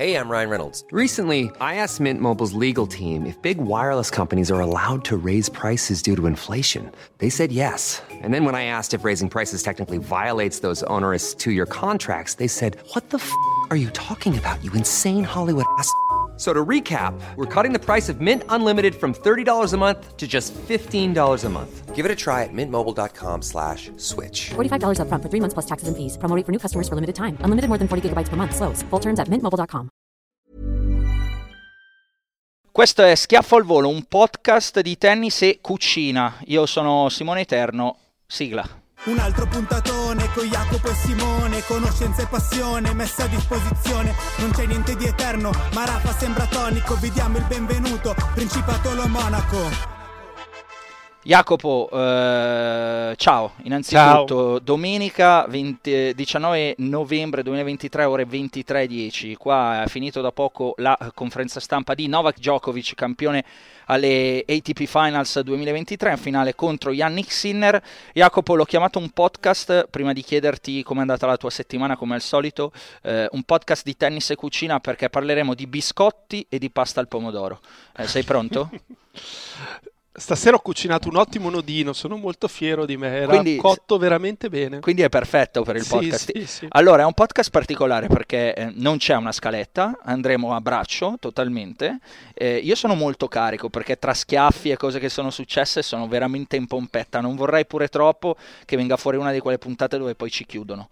Hey, I'm Ryan Reynolds. Recently, I asked Mint Mobile's legal team if big wireless companies are allowed to raise prices due to inflation. They said yes. And then when I asked if raising prices technically violates those onerous two-year contracts, they said, "What the f*** are you talking about, you insane Hollywood ass?" So to recap, we're cutting the price of Mint Unlimited from $30 a month to just $15 a month. Give it a try at mintmobile.com/switch. $45 up front for 3 months plus taxes and fees. Promo rate for new customers for limited time. Unlimited more than 40 gigabytes per month. Slows full terms at mintmobile.com. Questo è Schiaffo al Volo, un podcast di tennis e cucina. Io sono Simone Eterno, sigla. Un altro puntatone con Jacopo e Simone, conoscenza e passione messa a disposizione. Non c'è niente di eterno, ma Rafa sembra tonico. Vi diamo il benvenuto, Principato Lo Monaco. Jacopo, ciao, innanzitutto domenica 19 novembre 2023 ore 23:10, qua è finito da poco la conferenza stampa di Novak Djokovic, campione alle ATP Finals 2023, in finale contro Jannik Sinner. Jacopo, l'ho chiamato un podcast, prima di chiederti com'è andata la tua settimana come al solito, un podcast di tennis e cucina, perché parleremo di biscotti e di pasta al pomodoro. Sei pronto? Stasera ho cucinato un ottimo nodino, sono molto fiero di me, era quindi, cotto veramente bene. Quindi è perfetto per il podcast. Sì. Allora, è un podcast particolare perché non c'è una scaletta, andremo a braccio totalmente. Io sono molto carico perché tra schiaffi e cose che sono successe sono veramente in pompetta. Non vorrei pure troppo che venga fuori una di quelle puntate dove poi ci chiudono.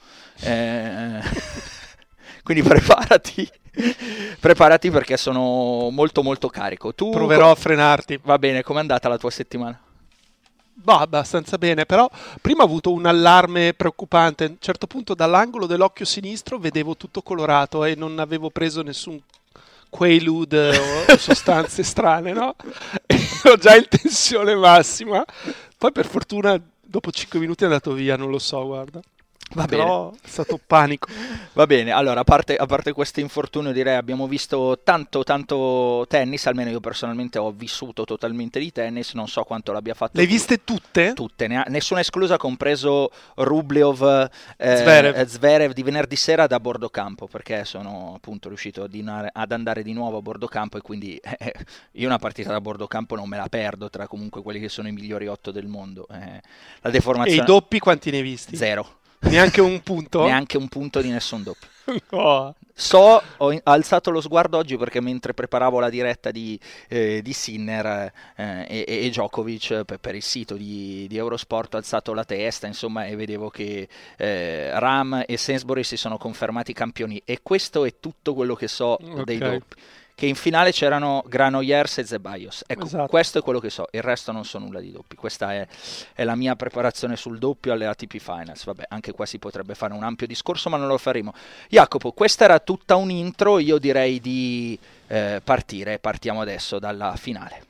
Quindi preparati perché sono molto molto carico. Tu proverò a frenarti. Va bene, com'è andata la tua settimana? Abbastanza bene, però prima ho avuto un allarme preoccupante. A un certo punto dall'angolo dell'occhio sinistro vedevo tutto colorato e non avevo preso nessun Quaalude o sostanze strane, no? E ero già in tensione massima. Poi per fortuna dopo 5 minuti è andato via, non lo so, guarda. Va Però bene. è stato panico. Va bene, allora a parte questo infortunio, direi abbiamo visto tanto tennis, almeno io personalmente ho vissuto totalmente di tennis, non so quanto l'abbia fatto. Le hai viste tutte? Tutte, nessuna esclusa, compreso Rublev, Zverev di venerdì sera da bordo campo, perché sono appunto riuscito ad andare di nuovo a bordo campo e quindi io una partita da bordo campo non me la perdo tra comunque quelli che sono i migliori 8 del mondo. La deformazione... E i doppi quanti ne hai visti? 0. Neanche un punto? Neanche un punto di nessun doppio. No. Ho alzato lo sguardo oggi perché mentre preparavo la diretta di Sinner e Djokovic per il sito di Eurosport, ho alzato la testa, insomma, e vedevo che Rahm e Sainsbury si sono confermati campioni, e questo è tutto quello che so dei doppi. Che in finale c'erano Granollers e Zeballos. Ecco, esatto. Questo è quello che so, il resto non so nulla di doppi. Questa è la mia preparazione sul doppio alle ATP Finals. Vabbè, anche qua si potrebbe fare un ampio discorso, ma non lo faremo. Jacopo, questa era tutta un intro, io direi di partire. Partiamo adesso dalla finale.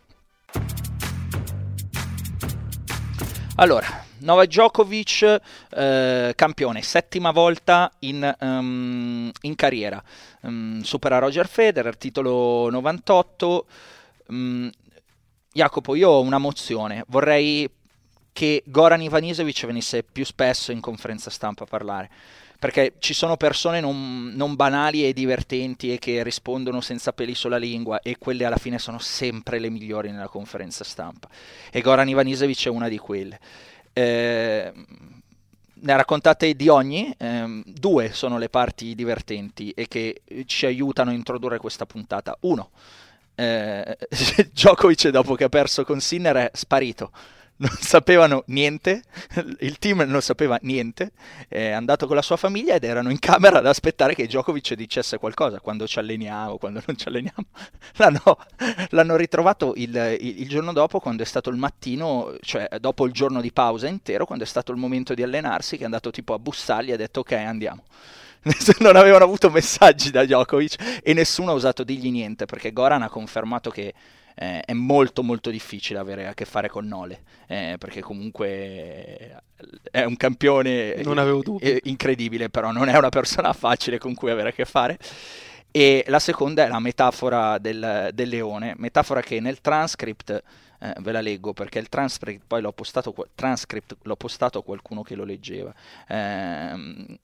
Allora, Novak Djokovic, campione, 7ª volta in carriera, supera Roger Federer, titolo 98. Jacopo, io ho una mozione, vorrei che Goran Ivanisevic venisse più spesso in conferenza stampa a parlare, perché ci sono persone non banali e divertenti e che rispondono senza peli sulla lingua, e quelle alla fine sono sempre le migliori nella conferenza stampa, e Goran Ivanisevic è una di quelle. Ne raccontate di ogni, 2 sono le parti divertenti e che ci aiutano a introdurre questa puntata. 1, Djokovic dopo che ha perso con Sinner è sparito, non sapevano niente, il team non sapeva niente, è andato con la sua famiglia ed erano in camera ad aspettare che Djokovic dicesse qualcosa, quando ci alleniamo, quando non ci alleniamo. L'hanno ritrovato il giorno dopo, quando è stato il mattino, cioè dopo il giorno di pausa intero, quando è stato il momento di allenarsi, che è andato tipo a bussargli e ha detto ok, andiamo. Non avevano avuto messaggi da Djokovic e nessuno ha osato dirgli niente, perché Goran ha confermato che è molto molto difficile avere a che fare con Nole, perché comunque è un campione incredibile, però non è una persona facile con cui avere a che fare. E la seconda è la metafora del leone, metafora che nel transcript ve la leggo, perché il transcript poi l'ho postato a qualcuno che lo leggeva.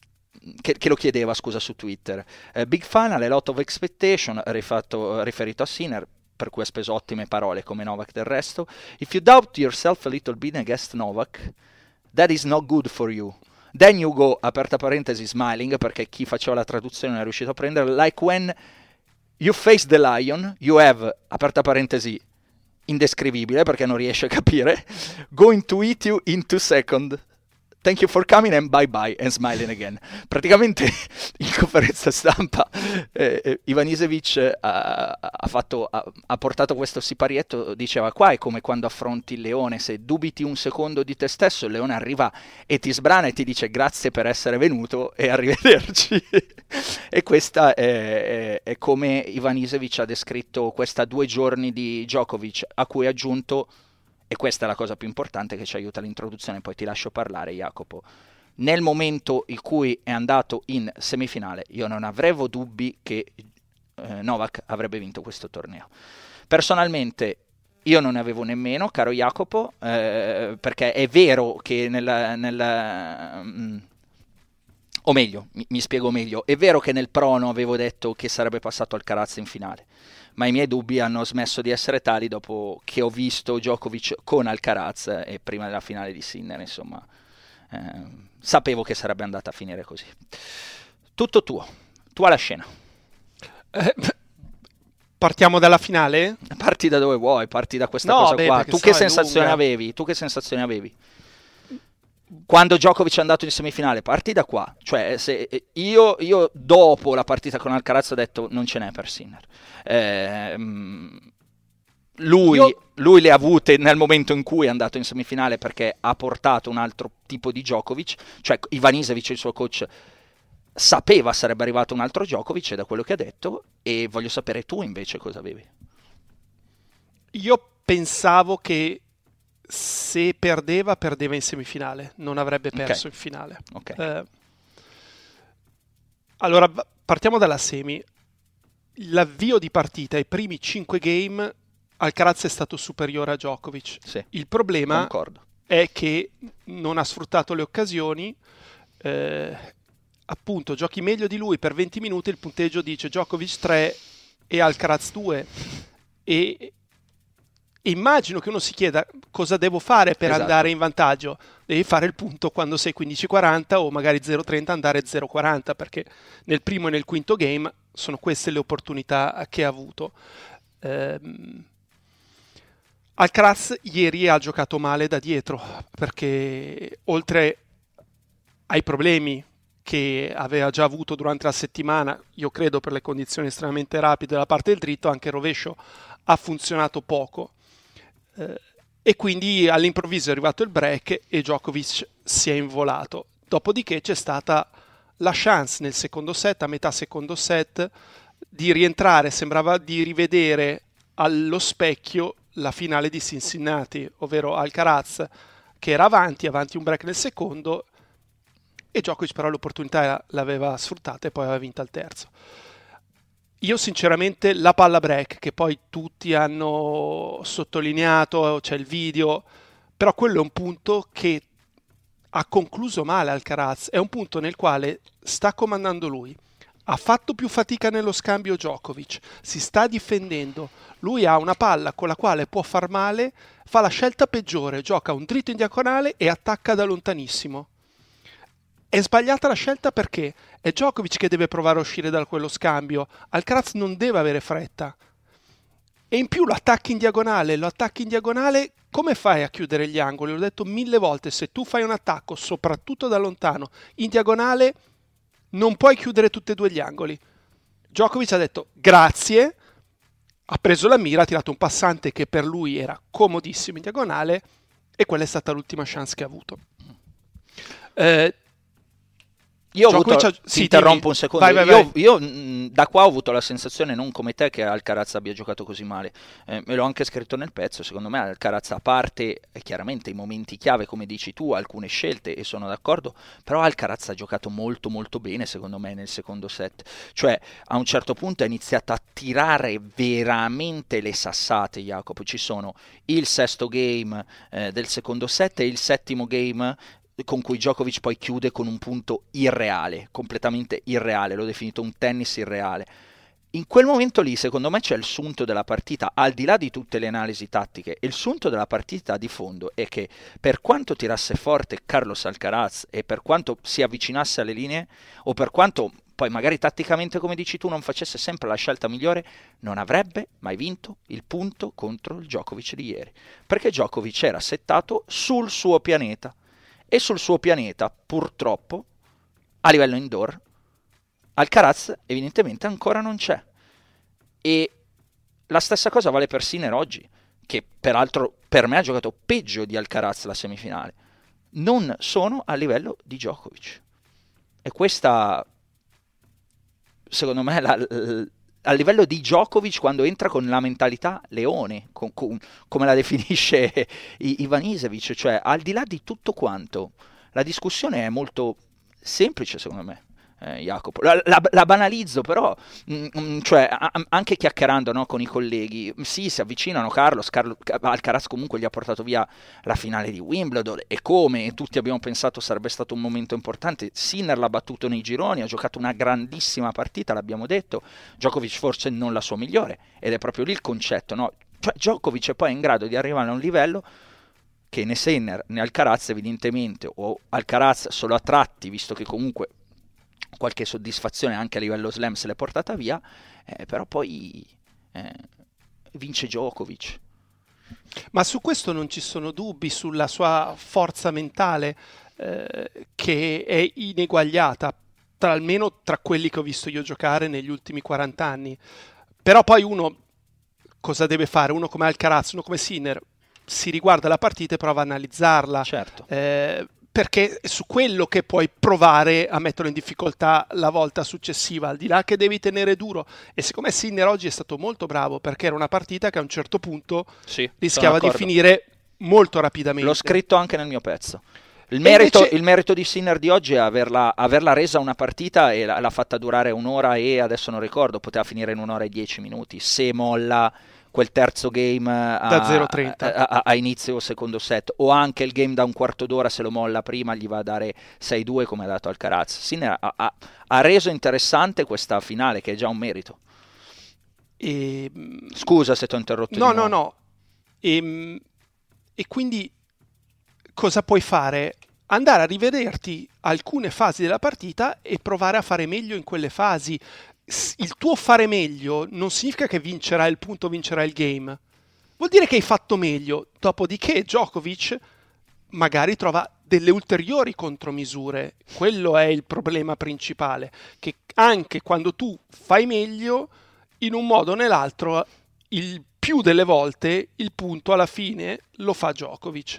che lo chiedeva, scusa, su Twitter. Big final, a lot of expectation, riferito a Sinner, per cui ha speso ottime parole come Novak del resto. If you doubt yourself a little bit against Novak, that is not good for you. Then you go, aperta parentesi, smiling, perché chi faceva la traduzione non è riuscito a prendere, like when you face the lion, you have, aperta parentesi, indescrivibile perché non riesce a capire, going to eat you in 2 seconds. Thank you for coming and bye bye and smiling again. Praticamente in conferenza stampa Ivanisevic ha portato questo siparietto, diceva qua è come quando affronti il leone, se dubiti un secondo di te stesso il leone arriva e ti sbrana e ti dice grazie per essere venuto e arrivederci. E questa è come Ivanisevic ha descritto questa 2 giorni di Djokovic, a cui ha aggiunto, e questa è la cosa più importante che ci aiuta all'introduzione, poi ti lascio parlare Jacopo, nel momento in cui è andato in semifinale io non avevo dubbi che Novak avrebbe vinto questo torneo. Personalmente io non ne avevo nemmeno, caro Jacopo, perché è vero che o meglio, mi spiego meglio, è vero che nel prono avevo detto che sarebbe passato Alcaraz in finale, ma i miei dubbi hanno smesso di essere tali dopo che ho visto Djokovic con Alcaraz e prima della finale di Sinner, insomma, sapevo che sarebbe andata a finire così. Tutto tuo, tua la scena. Partiamo dalla finale? Parti da dove vuoi, parti da questa cosa qua. Tu che sensazione avevi? Quando Djokovic è andato in semifinale, parti da qua. Cioè, se io dopo la partita con Alcaraz ho detto non ce n'è per Sinner. Lui le ha avute nel momento in cui è andato in semifinale perché ha portato un altro tipo di Djokovic, cioè Ivanisevic, il suo coach, sapeva sarebbe arrivato un altro Djokovic, da quello che ha detto, e voglio sapere tu invece cosa avevi. Io pensavo che se perdeva in semifinale, non avrebbe perso in finale. Allora partiamo dalla semi. L'avvio di partita, i primi 5 game Alcaraz è stato superiore a Djokovic. Sì, il problema concordo. È che non ha sfruttato le occasioni, appunto giochi meglio di lui per 20 minuti, il punteggio dice Djokovic 3 e Alcaraz 2 e immagino che uno si chieda cosa devo fare per andare in vantaggio. Devi fare il punto quando sei 15-40 o magari 0-30 andare 0-40, perché nel primo e nel quinto game sono queste le opportunità che ha avuto. Alcaraz ieri ha giocato male da dietro, perché oltre ai problemi che aveva già avuto durante la settimana, io credo per le condizioni estremamente rapide della parte del dritto, anche il rovescio ha funzionato poco. E quindi all'improvviso è arrivato il break e Djokovic si è involato. Dopodiché c'è stata la chance nel secondo set, a metà secondo set, di rientrare, sembrava di rivedere allo specchio la finale di Cincinnati, ovvero Alcaraz che era avanti un break nel secondo e Djokovic però l'opportunità l'aveva sfruttata e poi aveva vinto al terzo. Io sinceramente la palla break, che poi tutti hanno sottolineato, c'è il video, però quello è un punto che ha concluso male Alcaraz, è un punto nel quale sta comandando lui, ha fatto più fatica nello scambio Djokovic, si sta difendendo, lui ha una palla con la quale può far male, fa la scelta peggiore, gioca un dritto in diagonale e attacca da lontanissimo. È sbagliata la scelta perché è Djokovic che deve provare a uscire da quello scambio, Alcaraz non deve avere fretta. E in più lo attacchi in diagonale, come fai a chiudere gli angoli? L'ho detto 1000 volte, se tu fai un attacco, soprattutto da lontano, in diagonale, non puoi chiudere tutti e due gli angoli. Djokovic ha detto grazie, ha preso la mira, ha tirato un passante che per lui era comodissimo in diagonale e quella è stata l'ultima chance che ha avuto. Io ho avuto, sì, interrompo un secondo, vai. Io da qua ho avuto la sensazione, non come te, che Alcaraz abbia giocato così male, me l'ho anche scritto nel pezzo, secondo me Alcaraz, a parte chiaramente i momenti chiave come dici tu, alcune scelte, e sono d'accordo, però Alcaraz ha giocato molto molto bene secondo me nel secondo set, cioè a un certo punto ha iniziato a tirare veramente le sassate, Jacopo. Ci sono il sesto game del secondo set e il settimo game con cui Djokovic poi chiude con un punto irreale, completamente irreale, l'ho definito un tennis irreale. In quel momento lì, secondo me, c'è il sunto della partita, al di là di tutte le analisi tattiche, e il sunto della partita di fondo è che per quanto tirasse forte Carlos Alcaraz e per quanto si avvicinasse alle linee, o per quanto poi magari tatticamente, come dici tu, non facesse sempre la scelta migliore, non avrebbe mai vinto il punto contro il Djokovic di ieri, perché Djokovic era settato sul suo pianeta, e sul suo pianeta, purtroppo, a livello indoor, Alcaraz evidentemente ancora non c'è. E la stessa cosa vale per Sinner oggi, che peraltro per me ha giocato peggio di Alcaraz la semifinale. Non sono a livello di Djokovic. E questa, secondo me, a livello di Djokovic, quando entra con la mentalità leone, come la definisce Ivanisevic, cioè al di là di tutto quanto, la discussione è molto semplice, secondo me. Jacopo, la banalizzo, però cioè, anche chiacchierando, no, con i colleghi, sì, si avvicinano. Alcaraz comunque gli ha portato via la finale di Wimbledon, e come tutti abbiamo pensato sarebbe stato un momento importante. Sinner l'ha battuto nei gironi, ha giocato una grandissima partita, l'abbiamo detto. Djokovic forse non la sua migliore, ed è proprio lì il concetto, no? Cioè, Djokovic è poi in grado di arrivare a un livello che né Sinner né Alcaraz evidentemente, o Alcaraz solo a tratti, visto che comunque qualche soddisfazione anche a livello slam se l'è portata via, però poi vince Djokovic. Ma su questo non ci sono dubbi, sulla sua forza mentale, che è ineguagliata, almeno tra quelli che ho visto io giocare negli ultimi 40 anni. Però poi uno cosa deve fare? Uno come Alcaraz, uno come Sinner, si riguarda la partita e prova a analizzarla. Certo. Perché è su quello che puoi provare a metterlo in difficoltà la volta successiva, al di là che devi tenere duro. E secondo me Sinner oggi è stato molto bravo, perché era una partita che a un certo punto rischiava di finire molto rapidamente. L'ho scritto anche nel mio pezzo. Il merito di Sinner di oggi è averla resa una partita e l'ha fatta durare un'ora, e adesso non ricordo, poteva finire in 1 ora e 10 minuti se molla quel terzo game da 0-30 a inizio secondo set, o anche il game da un quarto d'ora, se lo molla prima gli va a dare 6-2 come ha dato Alcaraz. Sinner ha reso interessante questa finale, che è già un merito. Scusa se ti ho interrotto. No. E quindi cosa puoi fare? Andare a rivederti alcune fasi della partita e provare a fare meglio in quelle fasi. Il tuo fare meglio non significa che vincerai il punto, vincerai il game. Vuol dire che hai fatto meglio. Dopodiché Djokovic magari trova delle ulteriori contromisure. Quello è il problema principale, che anche quando tu fai meglio, in un modo o nell'altro, il più delle volte il punto alla fine lo fa Djokovic.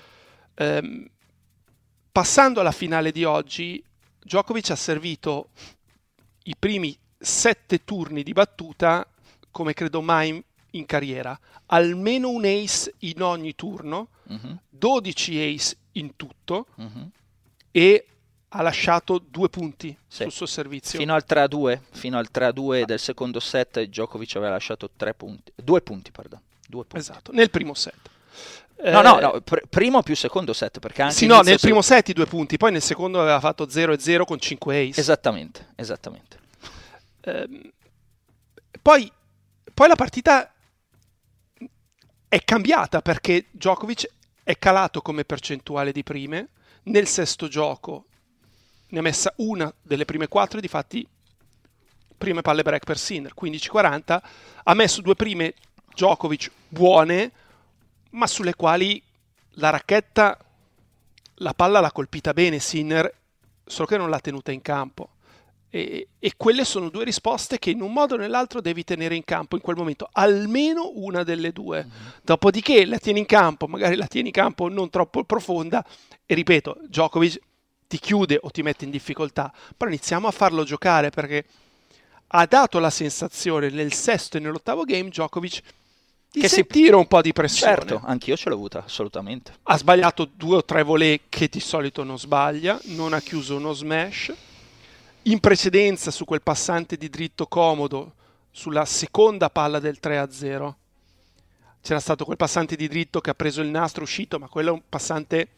Passando alla finale di oggi, Djokovic ha servito i primi 7 turni di battuta come credo mai in carriera, almeno un ace in ogni turno, 12 ace in tutto, e ha lasciato 2 punti sul suo servizio. Fino al 3-2 del secondo set Djokovic aveva lasciato 2 punti. Esatto, nel primo set. No, primo più secondo set, perché anche nel primo set i 2 punti, poi nel secondo aveva fatto 0-0 con 5 ace. Esattamente. Poi la partita è cambiata, perché Djokovic è calato come percentuale di prime. Nel sesto gioco ne ha messa una delle prime 4, difatti prime palle break per Sinner, 15-40. Ha messo 2 prime Djokovic buone, ma sulle quali la racchetta, la palla l'ha colpita bene Sinner, solo che non l'ha tenuta in campo. E quelle sono 2 risposte che in un modo o nell'altro devi tenere in campo in quel momento, almeno una delle 2. Dopodiché la tieni in campo, magari la tieni in campo non troppo profonda, e ripeto, Djokovic ti chiude o ti mette in difficoltà, però iniziamo a farlo giocare, perché ha dato la sensazione nel sesto e nell'ottavo game Djokovic di sentire un po' di pressione. Certo, anch'io ce l'ho avuta, assolutamente. Ha sbagliato 2 o 3 volée che di solito non sbaglia, non ha chiuso uno smash. In precedenza, su quel passante di dritto comodo, sulla seconda palla del 3-0, c'era stato quel passante di dritto che ha preso il nastro, uscito, ma quello è un passante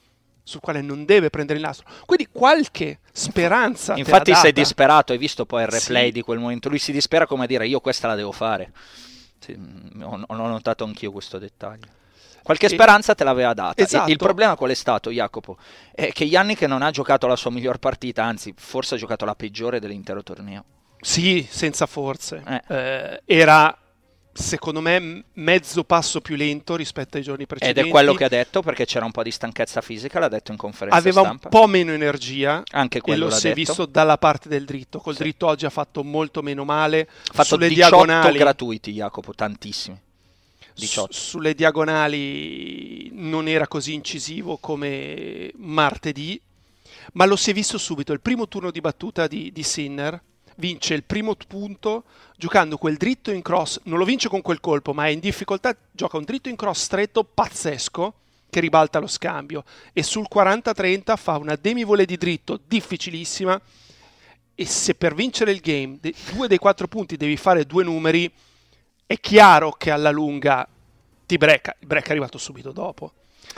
sul quale non deve prendere il nastro. Quindi qualche speranza. Infatti sei sei disperato, hai visto poi il replay sì. di quel momento, lui si dispera come a dire io questa la devo fare. Sì, ho notato anch'io questo dettaglio. Qualche speranza te l'aveva data. Esatto. Il problema qual è stato, Jacopo? È che Jannik non ha giocato la sua miglior partita, anzi forse ha giocato la peggiore dell'intero torneo. Sì, senza forze. Era, secondo me, mezzo passo più lento rispetto ai giorni precedenti. Ed è quello che ha detto, perché c'era un po' di stanchezza fisica, l'ha detto in conferenza Aveva stampa. un po' meno energia, Anche e quello lo l'ha si è detto. visto dalla parte del dritto. Col dritto oggi ha fatto molto meno male. Ha fatto sulle 18 diagonali gratuiti, Jacopo, tantissimi. 18. Sulle diagonali non era così incisivo come martedì, ma lo si è visto subito. Il primo turno di battuta di Sinner vince il primo punto giocando quel dritto in cross, non lo vince con quel colpo, ma è in difficoltà, gioca un dritto in cross stretto pazzesco che ribalta lo scambio, e sul 40-30 fa una demi-volée di dritto difficilissima, e se per vincere il game 2 dei 4 punti devi fare 2 numeri, è chiaro che alla lunga ti breca. Il break è arrivato subito dopo.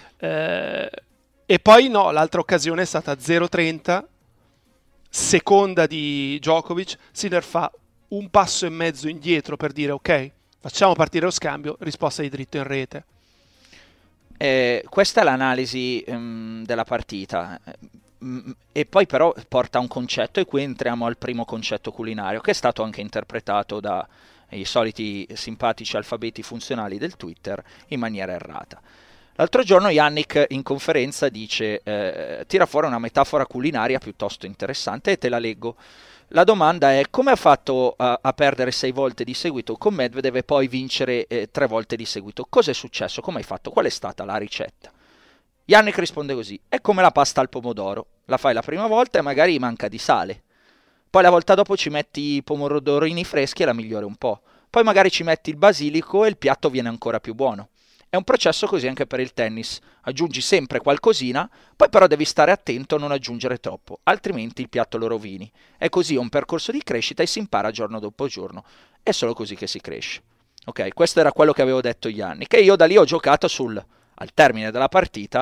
E poi no, l'altra occasione è stata 0-30, seconda di Djokovic. Sinner fa un passo e mezzo indietro per dire ok, facciamo partire lo scambio, risposta di dritto in rete. Questa è l'analisi della partita. E poi però porta a un concetto, e qui entriamo al primo concetto culinario, che è stato anche interpretato dai soliti simpatici alfabeti funzionali del Twitter in maniera errata. L'altro giorno Jannik in conferenza dice, tira fuori una metafora culinaria piuttosto interessante, e te la leggo. La domanda è: come ha fatto a perdere 6 volte di seguito con Medvedev e poi vincere 3 volte di seguito? Cos'è successo? Come hai fatto? Qual è stata la ricetta? Jannik risponde così: è come la pasta al pomodoro, la fai la prima volta e magari manca di sale, poi la volta dopo ci metti i pomodorini freschi e la migliori un po', poi magari ci metti il basilico e il piatto viene ancora più buono. È un processo così anche per il tennis, aggiungi sempre qualcosina, poi però devi stare attento a non aggiungere troppo, altrimenti il piatto lo rovini. È così un percorso di crescita e si impara giorno dopo giorno, è solo così che si cresce. Ok, questo era quello che avevo detto Jannik, e io da lì ho giocato al termine della partita,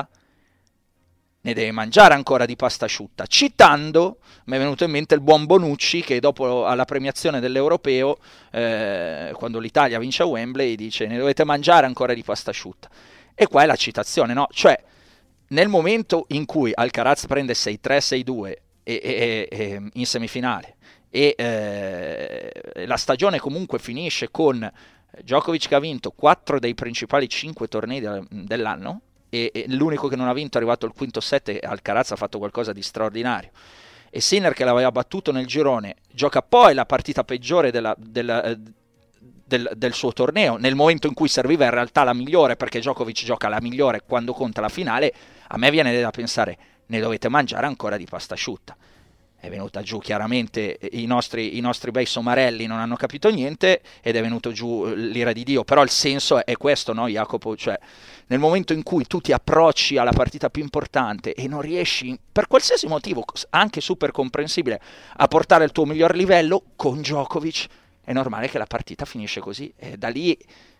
ne deve mangiare ancora di pasta asciutta, citando, mi è venuto in mente il buon Bonucci, che dopo alla premiazione dell'Europeo, quando l'Italia vince a Wembley, dice: ne dovete mangiare ancora di pasta asciutta. E qua è la citazione, no? Cioè, nel momento in cui Alcaraz prende 6-3, 6-2 in semifinale, e la stagione comunque finisce con Djokovic che ha vinto 4 dei principali 5 tornei dell'anno, e l'unico che non ha vinto è arrivato al quinto set, e Alcaraz ha fatto qualcosa di straordinario, e Sinner che l'aveva battuto nel girone gioca poi la partita peggiore del suo torneo, nel momento in cui serviva in realtà la migliore, perché Djokovic gioca la migliore quando conta la finale. A me viene da pensare: ne dovete mangiare ancora di pasta asciutta. È venuta giù chiaramente, i nostri bei somarelli non hanno capito niente, ed è venuto giù l'ira di Dio, però il senso è questo, no Jacopo? Cioè, nel momento in cui tu ti approcci alla partita più importante e non riesci, per qualsiasi motivo, anche super comprensibile, a portare il tuo miglior livello con Djokovic, è normale che la partita finisce così, e da lì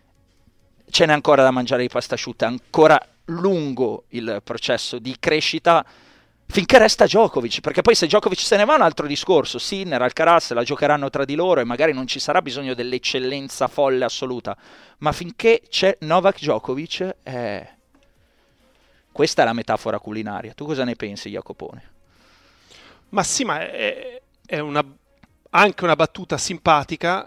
ce n'è ancora da mangiare di pasta asciutta, è ancora lungo il processo di crescita, finché resta Djokovic, perché poi se Djokovic se ne va è un altro discorso. Sinner, Alcaraz la giocheranno tra di loro e magari non ci sarà bisogno dell'eccellenza folle assoluta, ma finché c'è Novak Djokovic, questa è la metafora culinaria. Tu cosa ne pensi, Jacopone? Ma sì, ma è anche una battuta simpatica,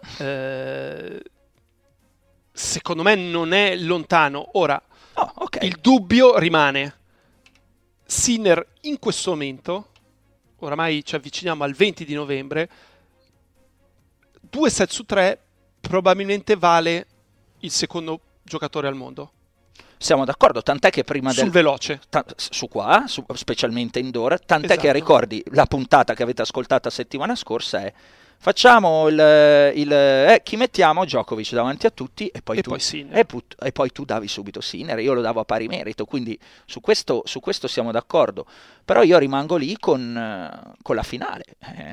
secondo me non è lontano. Ora, okay. Il dubbio rimane. Sinner in questo momento, oramai ci avviciniamo al 20 di novembre, 2 set su 3 probabilmente vale il secondo giocatore al mondo. Siamo d'accordo, tant'è che prima sul veloce. Specialmente indoor, tant'è esatto. Che ricordi la puntata che avete ascoltato settimana scorsa è: facciamo chi mettiamo? Djokovic davanti a tutti, e poi tu davi subito Sinner. Io lo davo a pari merito, quindi su questo siamo d'accordo. Però io rimango lì con la finale.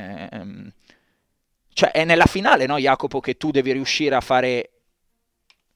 Cioè è nella finale, no, Jacopo, che tu devi riuscire a fare,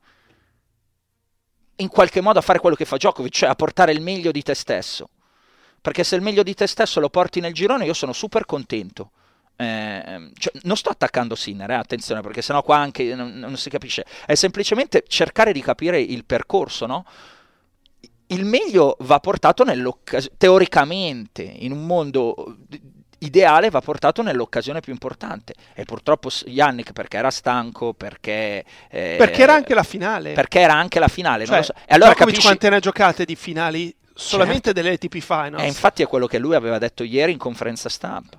in qualche modo, a fare quello che fa Djokovic, cioè a portare il meglio di te stesso. perché se il meglio di te stesso lo porti nel girone io sono super contento. Cioè, non sto attaccando Sinner, attenzione, perché sennò qua anche non si capisce, è semplicemente cercare di capire il percorso, no? Il meglio va portato teoricamente, in un mondo ideale, va portato nell'occasione più importante, e purtroppo Yannick, perché era stanco, perché era anche la finale, cioè, non lo so. E allora Djokovic quante ne ha giocate di finali solamente, certo, delle ATP Finals, e infatti è quello che lui aveva detto ieri in conferenza stampa,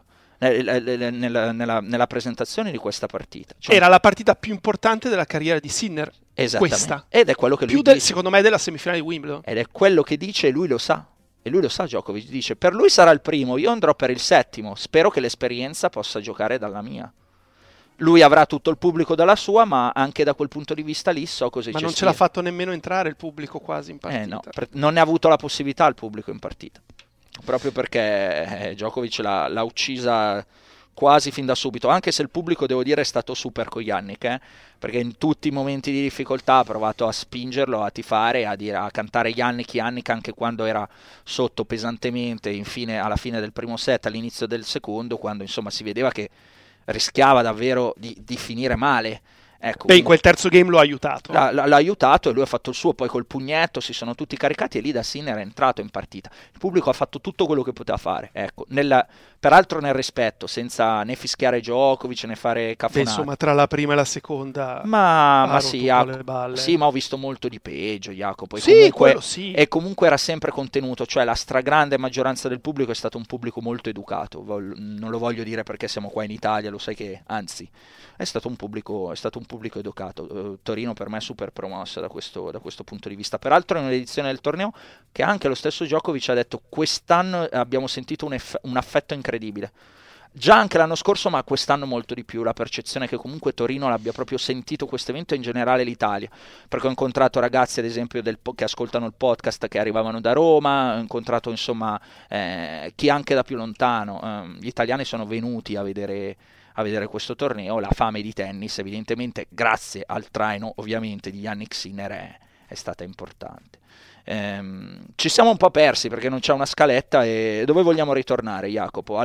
nella presentazione di questa partita, cioè, era la partita più importante della carriera di Sinner, questa, ed è quello che lui dice, secondo me, della semifinale di Wimbledon, ed è quello che dice, e lui lo sa. E lui lo sa, Djokovic dice, per lui sarà il primo, io andrò per il settimo, spero che l'esperienza possa giocare dalla mia. Lui avrà tutto il pubblico dalla sua, ma anche da quel punto di vista lì so cosa c'è. Ma non ce l'ha fatto nemmeno entrare il pubblico quasi in partita. No, non ne ha avuto la possibilità il pubblico in partita, proprio perché Djokovic l'ha uccisa quasi fin da subito, anche se il pubblico, devo dire, è stato super con Yannick, perché in tutti i momenti di difficoltà ha provato a spingerlo, a tifare, a cantare Yannick anche quando era sotto pesantemente, infine alla fine del primo set, all'inizio del secondo, quando insomma si vedeva che rischiava davvero di finire male. Ecco, in quel terzo game lo ha aiutato. L'ha aiutato, e lui ha fatto il suo, poi col pugnetto si sono tutti caricati, e lì da Sinner è entrato in partita. Il pubblico ha fatto tutto quello che poteva fare, ecco, peraltro nel rispetto, senza né fischiare Djokovic né fare cafonate. Insomma, tra la prima e la seconda ma sì, le balle. Sì, ma ho visto molto di peggio, Jacopo, e comunque era sempre contenuto, cioè la stragrande maggioranza del pubblico è stato un pubblico molto educato, non lo voglio dire perché siamo qua in Italia, lo sai che, anzi, è stato un pubblico educato. Torino per me è super promossa da questo punto di vista. Peraltro in un'edizione del torneo che anche lo stesso Djokovic ha detto, quest'anno abbiamo sentito un affetto incredibile. Già anche l'anno scorso, ma quest'anno molto di più, la percezione che comunque Torino l'abbia proprio sentito questo evento, e in generale l'Italia, perché ho incontrato ragazzi ad esempio che ascoltano il podcast, che arrivavano da Roma, ho incontrato insomma chi anche da più lontano, gli italiani sono venuti a vedere questo torneo. La fame di tennis, evidentemente, grazie al traino ovviamente di Yannick Sinner, è stata importante. Ci siamo un po' persi perché non c'è una scaletta, e dove vogliamo ritornare, Jacopo?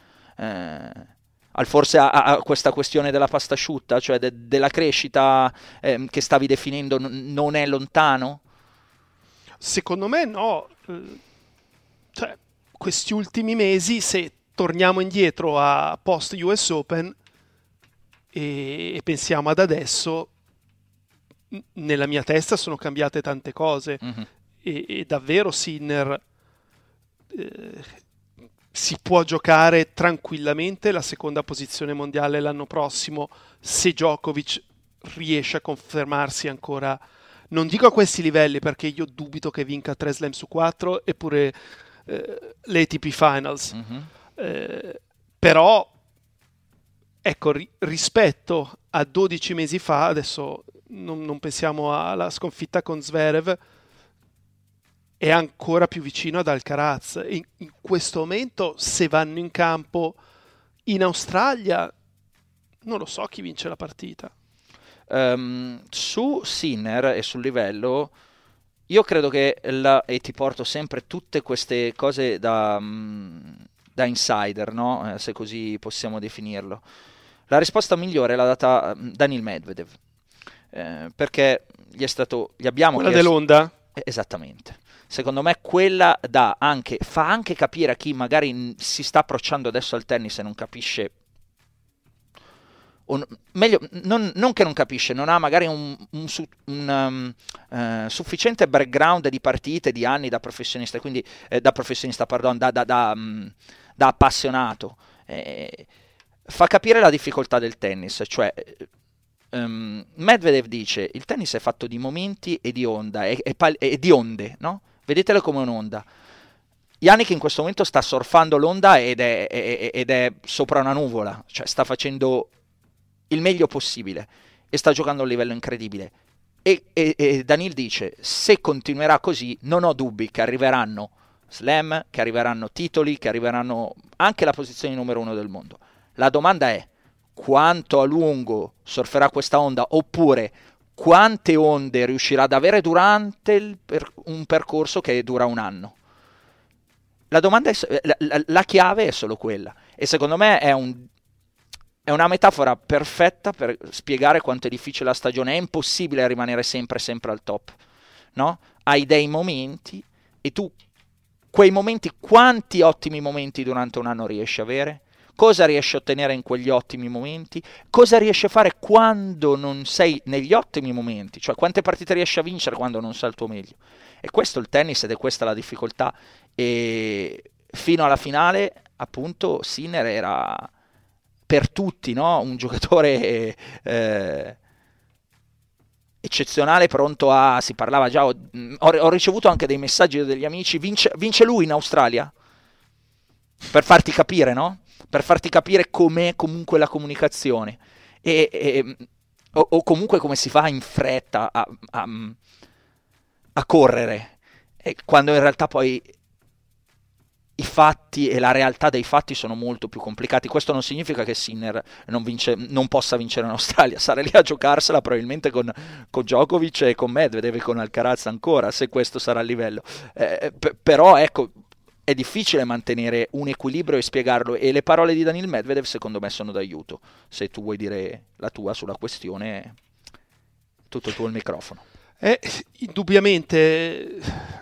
Forse a questa questione della pasta asciutta, cioè della crescita che stavi definendo, non è lontano? Secondo me no, cioè questi ultimi mesi, se torniamo indietro a post US Open e pensiamo ad adesso, nella mia testa sono cambiate tante cose, e davvero Sinner si può giocare tranquillamente la seconda posizione mondiale l'anno prossimo, se Djokovic riesce a confermarsi ancora, non dico a questi livelli, perché io dubito che vinca 3 slam su 4, eppure le ATP Finals. Però ecco, rispetto a 12 mesi fa, adesso non pensiamo alla sconfitta con Zverev, è ancora più vicino ad Alcaraz. In questo momento, se vanno in campo in Australia, non lo so chi vince la partita. Su Sinner e sul livello, io credo che e ti porto sempre tutte queste cose da insider, no? Se così possiamo definirlo. La risposta migliore l'ha data Daniil Medvedev, perché gli abbiamo quella chiesto... dell'Onda? Esattamente. Secondo me quella fa anche capire a chi magari si sta approcciando adesso al tennis e non capisce, meglio, non che non capisce, non ha magari un sufficiente background di partite, di anni da professionista, quindi da appassionato, fa capire la difficoltà del tennis, cioè Medvedev dice il tennis è fatto di momenti e di onda e di onde, no? Vedetelo come un'onda. Yannick in questo momento sta surfando l'onda ed è sopra una nuvola, cioè sta facendo il meglio possibile e sta giocando a un livello incredibile, e Daniil dice, se continuerà così non ho dubbi che arriveranno slam, che arriveranno titoli, che arriveranno anche la posizione numero 1 del mondo. La domanda è quanto a lungo surferà questa onda, oppure quante onde riuscirà ad avere durante un percorso che dura un anno. la domanda la chiave è solo quella, e secondo me è una metafora perfetta per spiegare quanto è difficile la stagione. È impossibile rimanere sempre al top, no? Hai dei momenti, e tu quei momenti, quanti ottimi momenti durante un anno riesci a avere? Cosa riesci a ottenere in quegli ottimi momenti? Cosa riesci a fare quando non sei negli ottimi momenti? Cioè, quante partite riesci a vincere quando non sei al tuo meglio? E questo è il tennis, ed è questa la difficoltà. E fino alla finale, appunto, Sinner era per tutti, no? Un giocatore eccezionale, pronto a... Si parlava già, ho ricevuto anche dei messaggi degli amici, vince lui in Australia? Per farti capire, no? Per farti capire com'è comunque la comunicazione, o comunque come si fa in fretta a correre, e quando in realtà poi i fatti e la realtà dei fatti sono molto più complicati. Questo non significa che Sinner non possa vincere in Australia, sarà lì a giocarsela probabilmente con Djokovic e con Medvedev e con Alcaraz ancora, se questo sarà il livello. Però ecco, è difficile mantenere un equilibrio e spiegarlo, e le parole di Daniil Medvedev secondo me sono d'aiuto. Se tu vuoi dire la tua sulla questione, tutto tuo il microfono. Indubbiamente,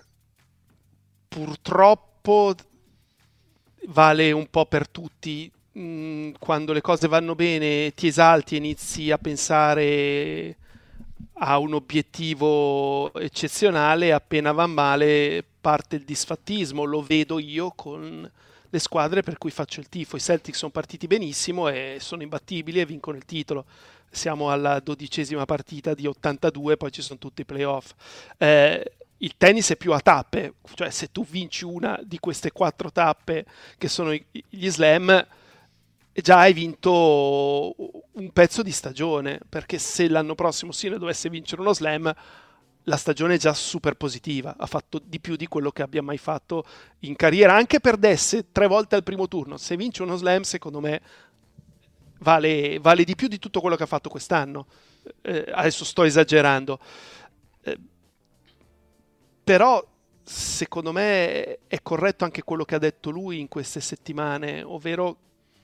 purtroppo vale un po' per tutti. Quando le cose vanno bene ti esalti e inizi a pensare a un obiettivo eccezionale, appena va male parte il disfattismo. Lo vedo io con le squadre per cui faccio il tifo. I Celtics sono partiti benissimo e sono imbattibili e vincono il titolo. Siamo alla 12ª partita di 82, poi ci sono tutti i playoff. Il tennis è più a tappe, cioè se tu vinci una di queste 4 tappe che sono gli slam, già hai vinto un pezzo di stagione, perché se l'anno prossimo Sinner dovesse vincere uno slam, la stagione è già super positiva, ha fatto di più di quello che abbia mai fatto in carriera, anche perdesse 3 volte al primo turno. Se vince uno slam, secondo me vale di più di tutto quello che ha fatto quest'anno. Adesso sto esagerando, però secondo me è corretto anche quello che ha detto lui in queste settimane, ovvero,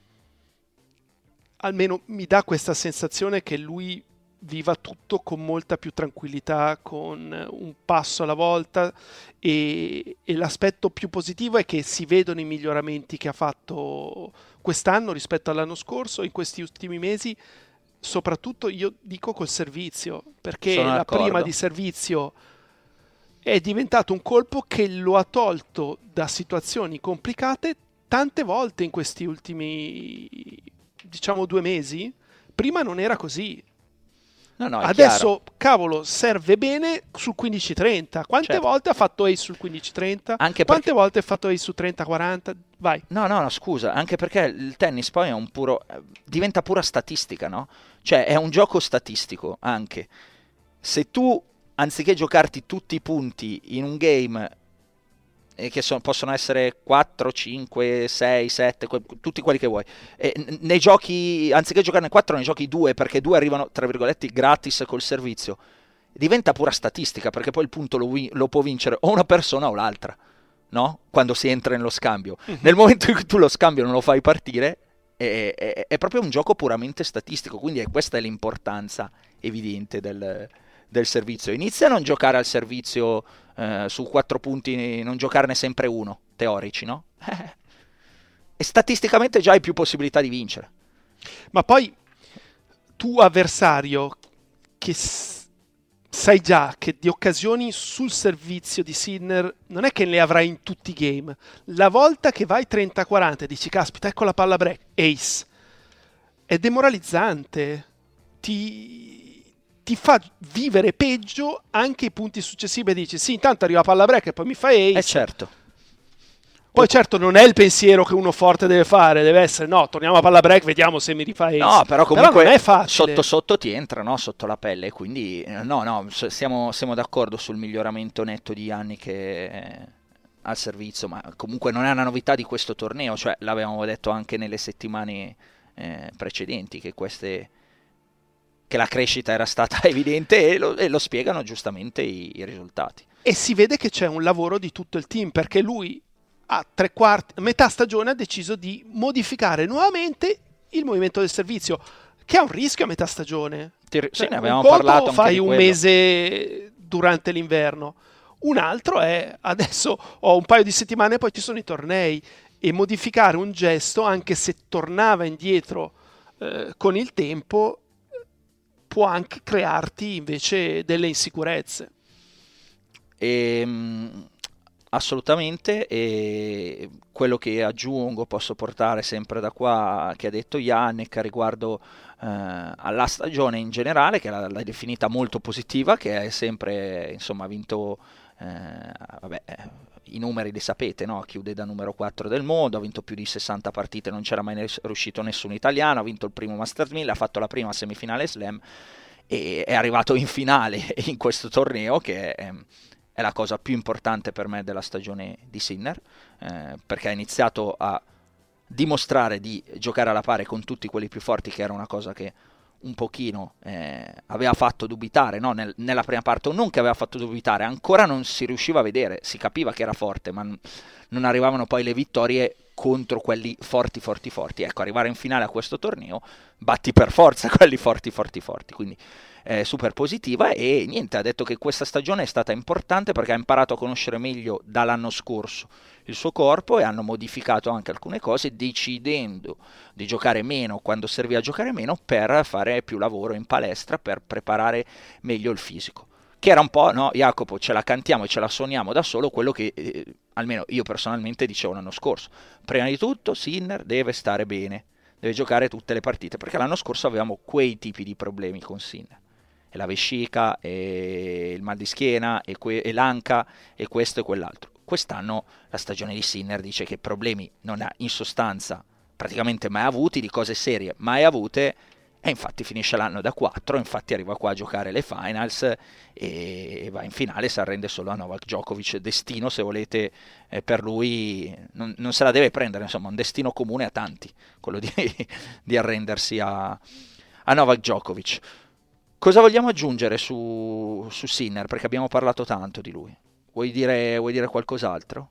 almeno mi dà questa sensazione che lui viva tutto con molta più tranquillità, con un passo alla volta, e l'aspetto più positivo è che si vedono i miglioramenti che ha fatto quest'anno rispetto all'anno scorso, in questi ultimi mesi, soprattutto io dico col servizio, perché la prima di servizio è diventato un colpo che lo ha tolto da situazioni complicate tante volte in questi ultimi, diciamo, 2 mesi. Prima non era così. No, adesso, chiaro, cavolo, serve bene sul 15-30. Quante volte ha fatto ace sul 15-30? Quante volte ha fatto ace su 30-40? Vai. No, scusa, anche perché il tennis poi è diventa pura statistica, no? Cioè è un gioco statistico anche. Se tu, anziché giocarti tutti i punti in un game, che possono essere 4, 5, 6, 7, tutti quelli che vuoi, nei giochi, anziché giocarne 4, ne giochi 2, perché 2 arrivano, tra virgolette, gratis col servizio, diventa pura statistica, perché poi il punto lo può vincere o una persona o l'altra, no? Quando si entra nello scambio. Nel momento in cui tu lo scambio non lo fai partire, è proprio un gioco puramente statistico, quindi questa è l'importanza evidente del servizio. Inizia a non giocare al servizio su 4 punti, non giocarne sempre uno, teorici, no? E statisticamente già hai più possibilità di vincere. Ma poi tu, avversario, che sai già che di occasioni sul servizio di Sinner non è che le avrai in tutti i game. La volta che vai 30-40 dici, caspita, ecco la palla break, ace, è demoralizzante, ti fa vivere peggio anche i punti successivi, e dici sì, intanto arriva palla break e poi mi fa ace. Certo. Poi certo non è il pensiero che uno forte deve fare, deve essere no, torniamo a palla break, vediamo se mi rifà ace. No, però comunque non è facile. Sotto ti entra, no? Sotto la pelle, quindi no, siamo d'accordo sul miglioramento netto di Jannik che al servizio, ma comunque non è una novità di questo torneo, cioè l'avevamo detto anche nelle settimane precedenti che la crescita era stata evidente, e lo spiegano giustamente i risultati. E si vede che c'è un lavoro di tutto il team, perché lui a metà stagione ha deciso di modificare nuovamente il movimento del servizio, che ha un rischio a metà stagione. Sì, ne avevamo parlato anche fai di un quello. mese durante l'inverno, un altro è adesso ho un paio di settimane e poi ci sono i tornei, e modificare un gesto, anche se tornava indietro con il tempo, può anche crearti invece delle insicurezze. Assolutamente, e quello che aggiungo, posso portare sempre da qua, che ha detto Yannick riguardo alla stagione in generale, che l'ha definita molto positiva, che è sempre, insomma, ha vinto, i numeri li sapete, no? Chiude da numero 4 del mondo, ha vinto più di 60 partite, non c'era mai riuscito nessun italiano, ha vinto il primo Masters 1000, ha fatto la prima semifinale Slam e è arrivato in finale in questo torneo, che è la cosa più importante per me della stagione di Sinner, perché ha iniziato a dimostrare di giocare alla pari con tutti quelli più forti, che era una cosa che un pochino aveva fatto dubitare, no? Nella prima parte, o non che aveva fatto dubitare, ancora non si riusciva a vedere, si capiva che era forte, ma non arrivavano poi le vittorie contro quelli forti. Ecco, arrivare in finale a questo torneo, batti per forza quelli forti, quindi super positiva. E niente, ha detto che questa stagione è stata importante perché ha imparato a conoscere meglio dall'anno scorso il suo corpo, e hanno modificato anche alcune cose, decidendo di giocare meno quando serviva giocare meno, per fare più lavoro in palestra, per preparare meglio il fisico, che era un po', no, Jacopo, ce la cantiamo e ce la suoniamo da solo, quello che almeno io personalmente dicevo l'anno scorso. Prima di tutto Sinner deve stare bene, deve giocare tutte le partite, perché l'anno scorso avevamo quei tipi di problemi con Sinner, e la vescica, e il mal di schiena, e l'anca, e questo e quell'altro. Quest'anno la stagione di Sinner dice che problemi non ha in sostanza praticamente mai avuti, di cose serie mai avute, e infatti finisce l'anno da 4, infatti arriva qua a giocare le finals e va in finale, si arrende solo a Novak Djokovic. Destino, se volete, per lui non se la deve prendere, insomma, un destino comune a tanti, quello di arrendersi a Novak Djokovic. Cosa vogliamo aggiungere su Sinner? Perché abbiamo parlato tanto di lui. Vuoi dire qualcos'altro?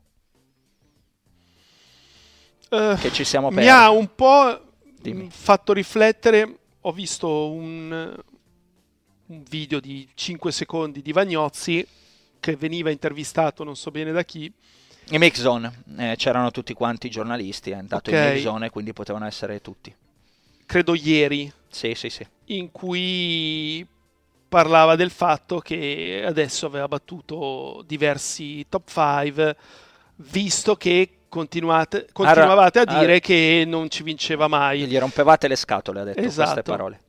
Che ci siamo persi. Mi ha un po' Dimmi. fatto riflettere. Ho visto un video di 5 secondi di Vagnozzi che veniva intervistato, non so bene da chi. In Make Zone, c'erano tutti quanti i giornalisti, è andato in Make Zone, quindi potevano essere tutti. Credo ieri. Sì. In cui parlava del fatto che adesso aveva battuto diversi top 5, visto che continuavate a dire che non ci vinceva mai. Gli rompevate le scatole, ha detto, esatto. Queste parole.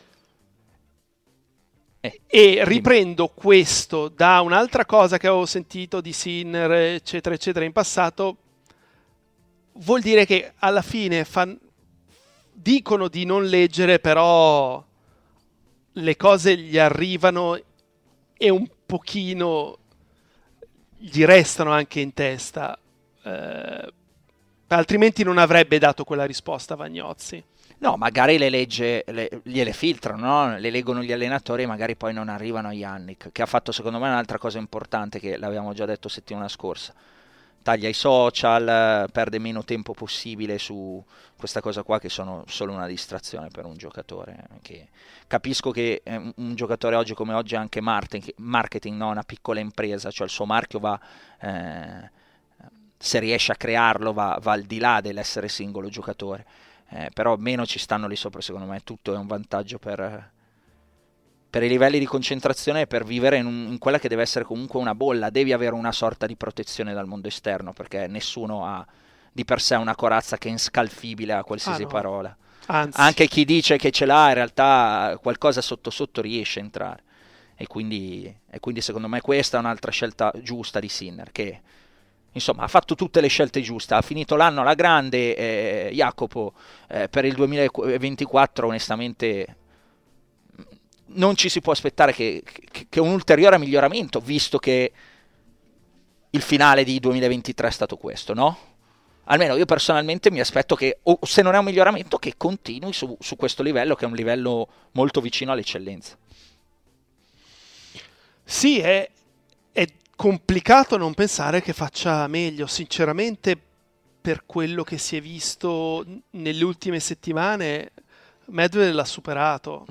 E riprendo questo da un'altra cosa che avevo sentito di Sinner, eccetera, eccetera, in passato. Vuol dire che alla fine dicono di non leggere, però le cose gli arrivano e un pochino gli restano anche in testa, altrimenti non avrebbe dato quella risposta a Vagnozzi. No, magari le legge, gliele filtrano, no? Le leggono gli allenatori e magari poi non arrivano a Yannick, che ha fatto secondo me un'altra cosa importante, che l'avevamo già detto settimana scorsa. Taglia i social, perde meno tempo possibile su questa cosa qua, che sono solo una distrazione per un giocatore. Che capisco che un giocatore oggi come oggi è anche marketing, no? Una piccola impresa, cioè il suo marchio va, se riesce a crearlo, va al di là dell'essere singolo giocatore. Però meno ci stanno lì sopra, secondo me tutto è un vantaggio per i livelli di concentrazione e per vivere in quella che deve essere comunque una bolla. Devi avere una sorta di protezione dal mondo esterno, perché nessuno ha di per sé una corazza che è inscalfibile a qualsiasi parola. Anzi. Anche chi dice che ce l'ha, in realtà qualcosa sotto sotto riesce a entrare. E quindi secondo me questa è un'altra scelta giusta di Sinner, che insomma ha fatto tutte le scelte giuste, ha finito l'anno alla grande. Jacopo, per il 2024 onestamente non ci si può aspettare che un ulteriore miglioramento, visto che il finale di 2023 è stato questo, no? Almeno io personalmente mi aspetto che, o se non è un miglioramento, che continui su questo livello, che è un livello molto vicino all'eccellenza. Sì, è complicato non pensare che faccia meglio, sinceramente. per quello che si è visto nelle ultime settimane, Medvedev l'ha superato.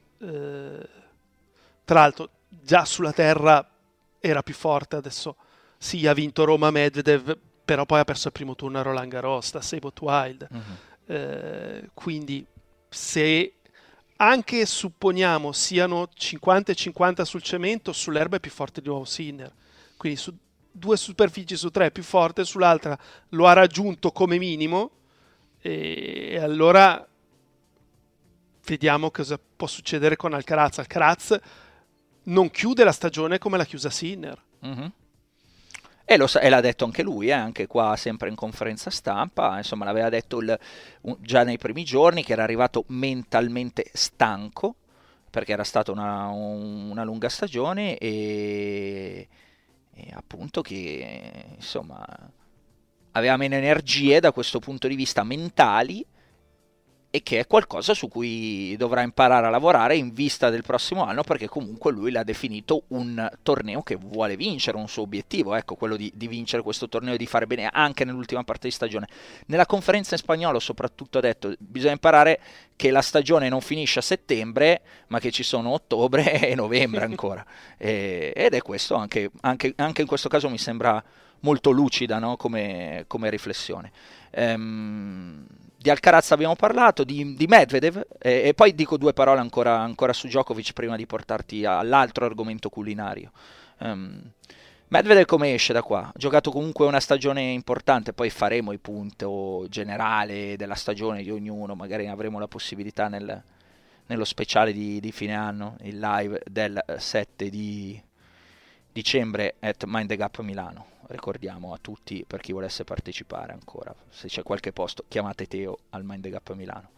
Tra l'altro già sulla terra era più forte, adesso sì, ha vinto Roma Medvedev, però poi ha perso il primo turno a Roland Garros da Sabot Wild. Quindi se anche supponiamo siano 50 e 50 sul cemento, sull'erba è più forte di nuovo Sinner, quindi su 2 superfici su 3 è più forte, sull'altra lo ha raggiunto come minimo, e allora vediamo cosa può succedere con Alcaraz. Alcaraz non chiude la stagione come l'ha chiusa Sinner. E l'ha detto anche lui, anche qua sempre in conferenza stampa, insomma l'aveva detto già nei primi giorni che era arrivato mentalmente stanco, perché era stata una lunga stagione e appunto che insomma aveva meno energie da questo punto di vista mentali, e che è qualcosa su cui dovrà imparare a lavorare in vista del prossimo anno, perché comunque lui l'ha definito un torneo che vuole vincere, un suo obiettivo, ecco, quello di vincere questo torneo e di fare bene anche nell'ultima parte di stagione. Nella conferenza in spagnolo soprattutto ha detto bisogna imparare che la stagione non finisce a settembre, ma che ci sono ottobre e novembre ancora, ed è questo anche in questo caso mi sembra molto lucida, no? come riflessione. Di Alcaraz abbiamo parlato, di Medvedev, e poi dico 2 parole ancora su Djokovic prima di portarti all'altro argomento culinario. Medvedev come esce da qua? Ha giocato comunque una stagione importante, poi faremo il punto generale della stagione di ognuno, magari avremo la possibilità nello speciale di fine anno, il live del 7 di dicembre at Mind the Gap Milano. Ricordiamo a tutti, per chi volesse partecipare ancora, se c'è qualche posto, chiamate Teo al Mind the Gap Milano.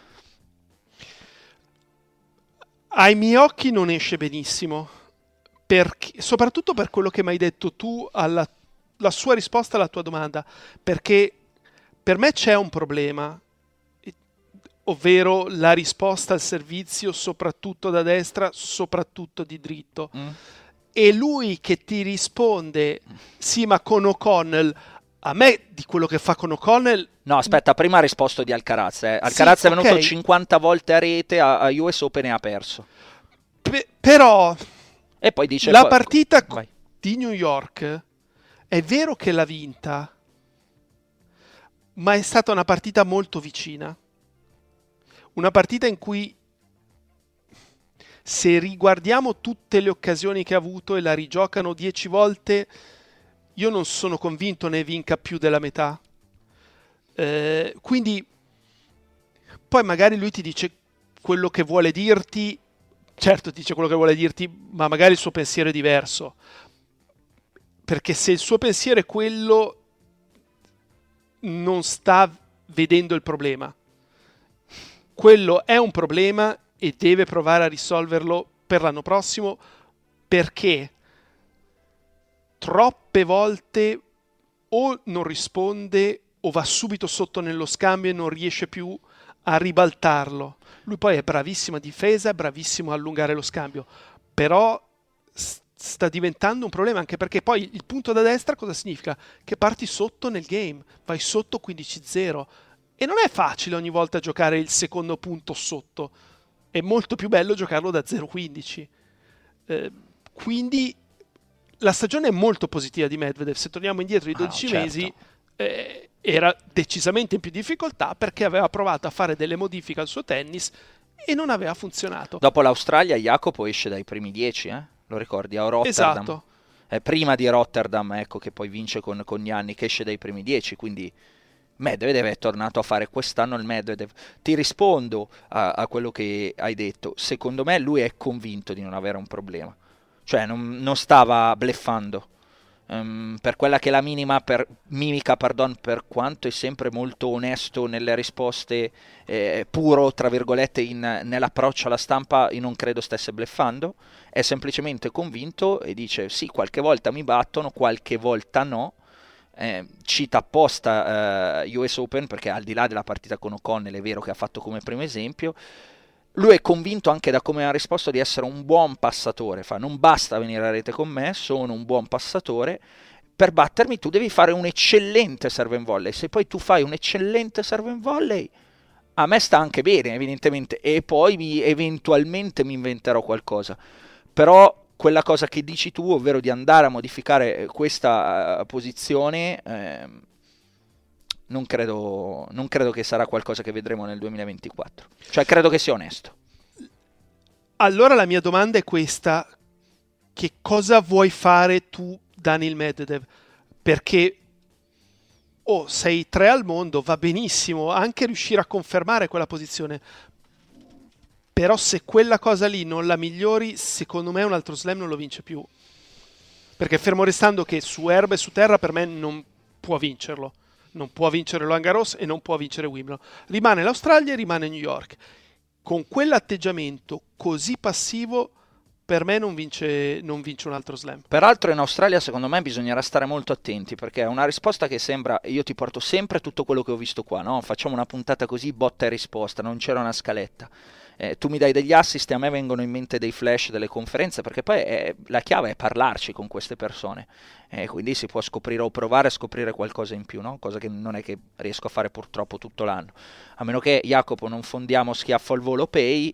Ai miei occhi non esce benissimo, soprattutto per quello che mi hai detto tu, la sua risposta alla tua domanda, perché per me c'è un problema, ovvero la risposta al servizio, soprattutto da destra, soprattutto di dritto. E lui che ti risponde sì, ma con O'Connell, a me di quello che fa con O'Connell... No, aspetta, prima ha risposto di Alcaraz. Alcaraz è venuto 50 volte a rete a US Open e ha perso. Però e poi dice la partita di New York è vero che l'ha vinta, ma è stata una partita molto vicina. Una partita in cui, se riguardiamo tutte le occasioni che ha avuto e la rigiocano 10 volte, io non sono convinto ne vinca più della metà. Quindi poi magari lui ti dice quello che vuole dirti, certo dice quello che vuole dirti, ma magari il suo pensiero è diverso. Perché se il suo pensiero è quello, non sta vedendo il problema. Quello è un problema e deve provare a risolverlo per l'anno prossimo, perché troppe volte o non risponde o va subito sotto nello scambio e non riesce più a ribaltarlo. Lui poi è bravissimo a difesa, è bravissimo a allungare lo scambio, però sta diventando un problema, anche perché poi il punto da destra cosa significa? Che parti sotto nel game, vai sotto 15-0 e non è facile ogni volta giocare il secondo punto sotto. È molto più bello giocarlo da 0-15. Quindi la stagione è molto positiva di Medvedev. Se torniamo indietro di 12 mesi, era decisamente in più difficoltà perché aveva provato a fare delle modifiche al suo tennis e non aveva funzionato. Dopo l'Australia, Jacopo esce dai primi 10, lo ricordi? A Rotterdam. Esatto. Prima di Rotterdam, ecco, che poi vince con Gianni, che esce dai primi 10, quindi... Medvedev è tornato a fare quest'anno il Medvedev. Ti rispondo a quello che hai detto. Secondo me lui è convinto di non avere un problema, cioè non stava bluffando. Per quella che è la mimica, per quanto è sempre molto onesto nelle risposte, puro tra virgolette nell'approccio alla stampa, io non credo stesse bluffando. È semplicemente convinto e dice sì, qualche volta mi battono, qualche volta no. Cita apposta US Open perché al di là della partita con O'Connell è vero che ha fatto come primo esempio, lui è convinto anche da come ha risposto di essere un buon passatore, non basta venire a rete con me, sono un buon passatore, per battermi tu devi fare un eccellente serve and volley. Se poi tu fai un eccellente serve and volley, a me sta anche bene, evidentemente, e poi eventualmente mi inventerò qualcosa. Però quella cosa che dici tu, ovvero di andare a modificare questa posizione, non credo che sarà qualcosa che vedremo nel 2024. Cioè, credo che sia onesto. Allora la mia domanda è questa: che cosa vuoi fare tu, Daniil Medvedev? Perché sei 3 al mondo, va benissimo anche riuscire a confermare quella posizione, però se quella cosa lì non la migliori, secondo me un altro slam non lo vince più, perché fermo restando che su erba e su terra per me non può vincerlo, non può vincere Roland Garros e non può vincere Wimbledon, rimane l'Australia e rimane New York. Con quell'atteggiamento così passivo per me non vince un altro slam. Peraltro in Australia secondo me bisognerà stare molto attenti, perché è una risposta che sembra, io ti porto sempre tutto quello che ho visto qua, no? Facciamo una puntata così, botta e risposta, non c'era una scaletta. Tu mi dai degli assist e a me vengono in mente dei flash delle conferenze, perché poi la chiave è parlarci con queste persone, quindi si può scoprire o provare a scoprire qualcosa in più, no? Cosa che non è che riesco a fare purtroppo tutto l'anno, a meno che Jacopo non fondiamo schiaffo al volo pay,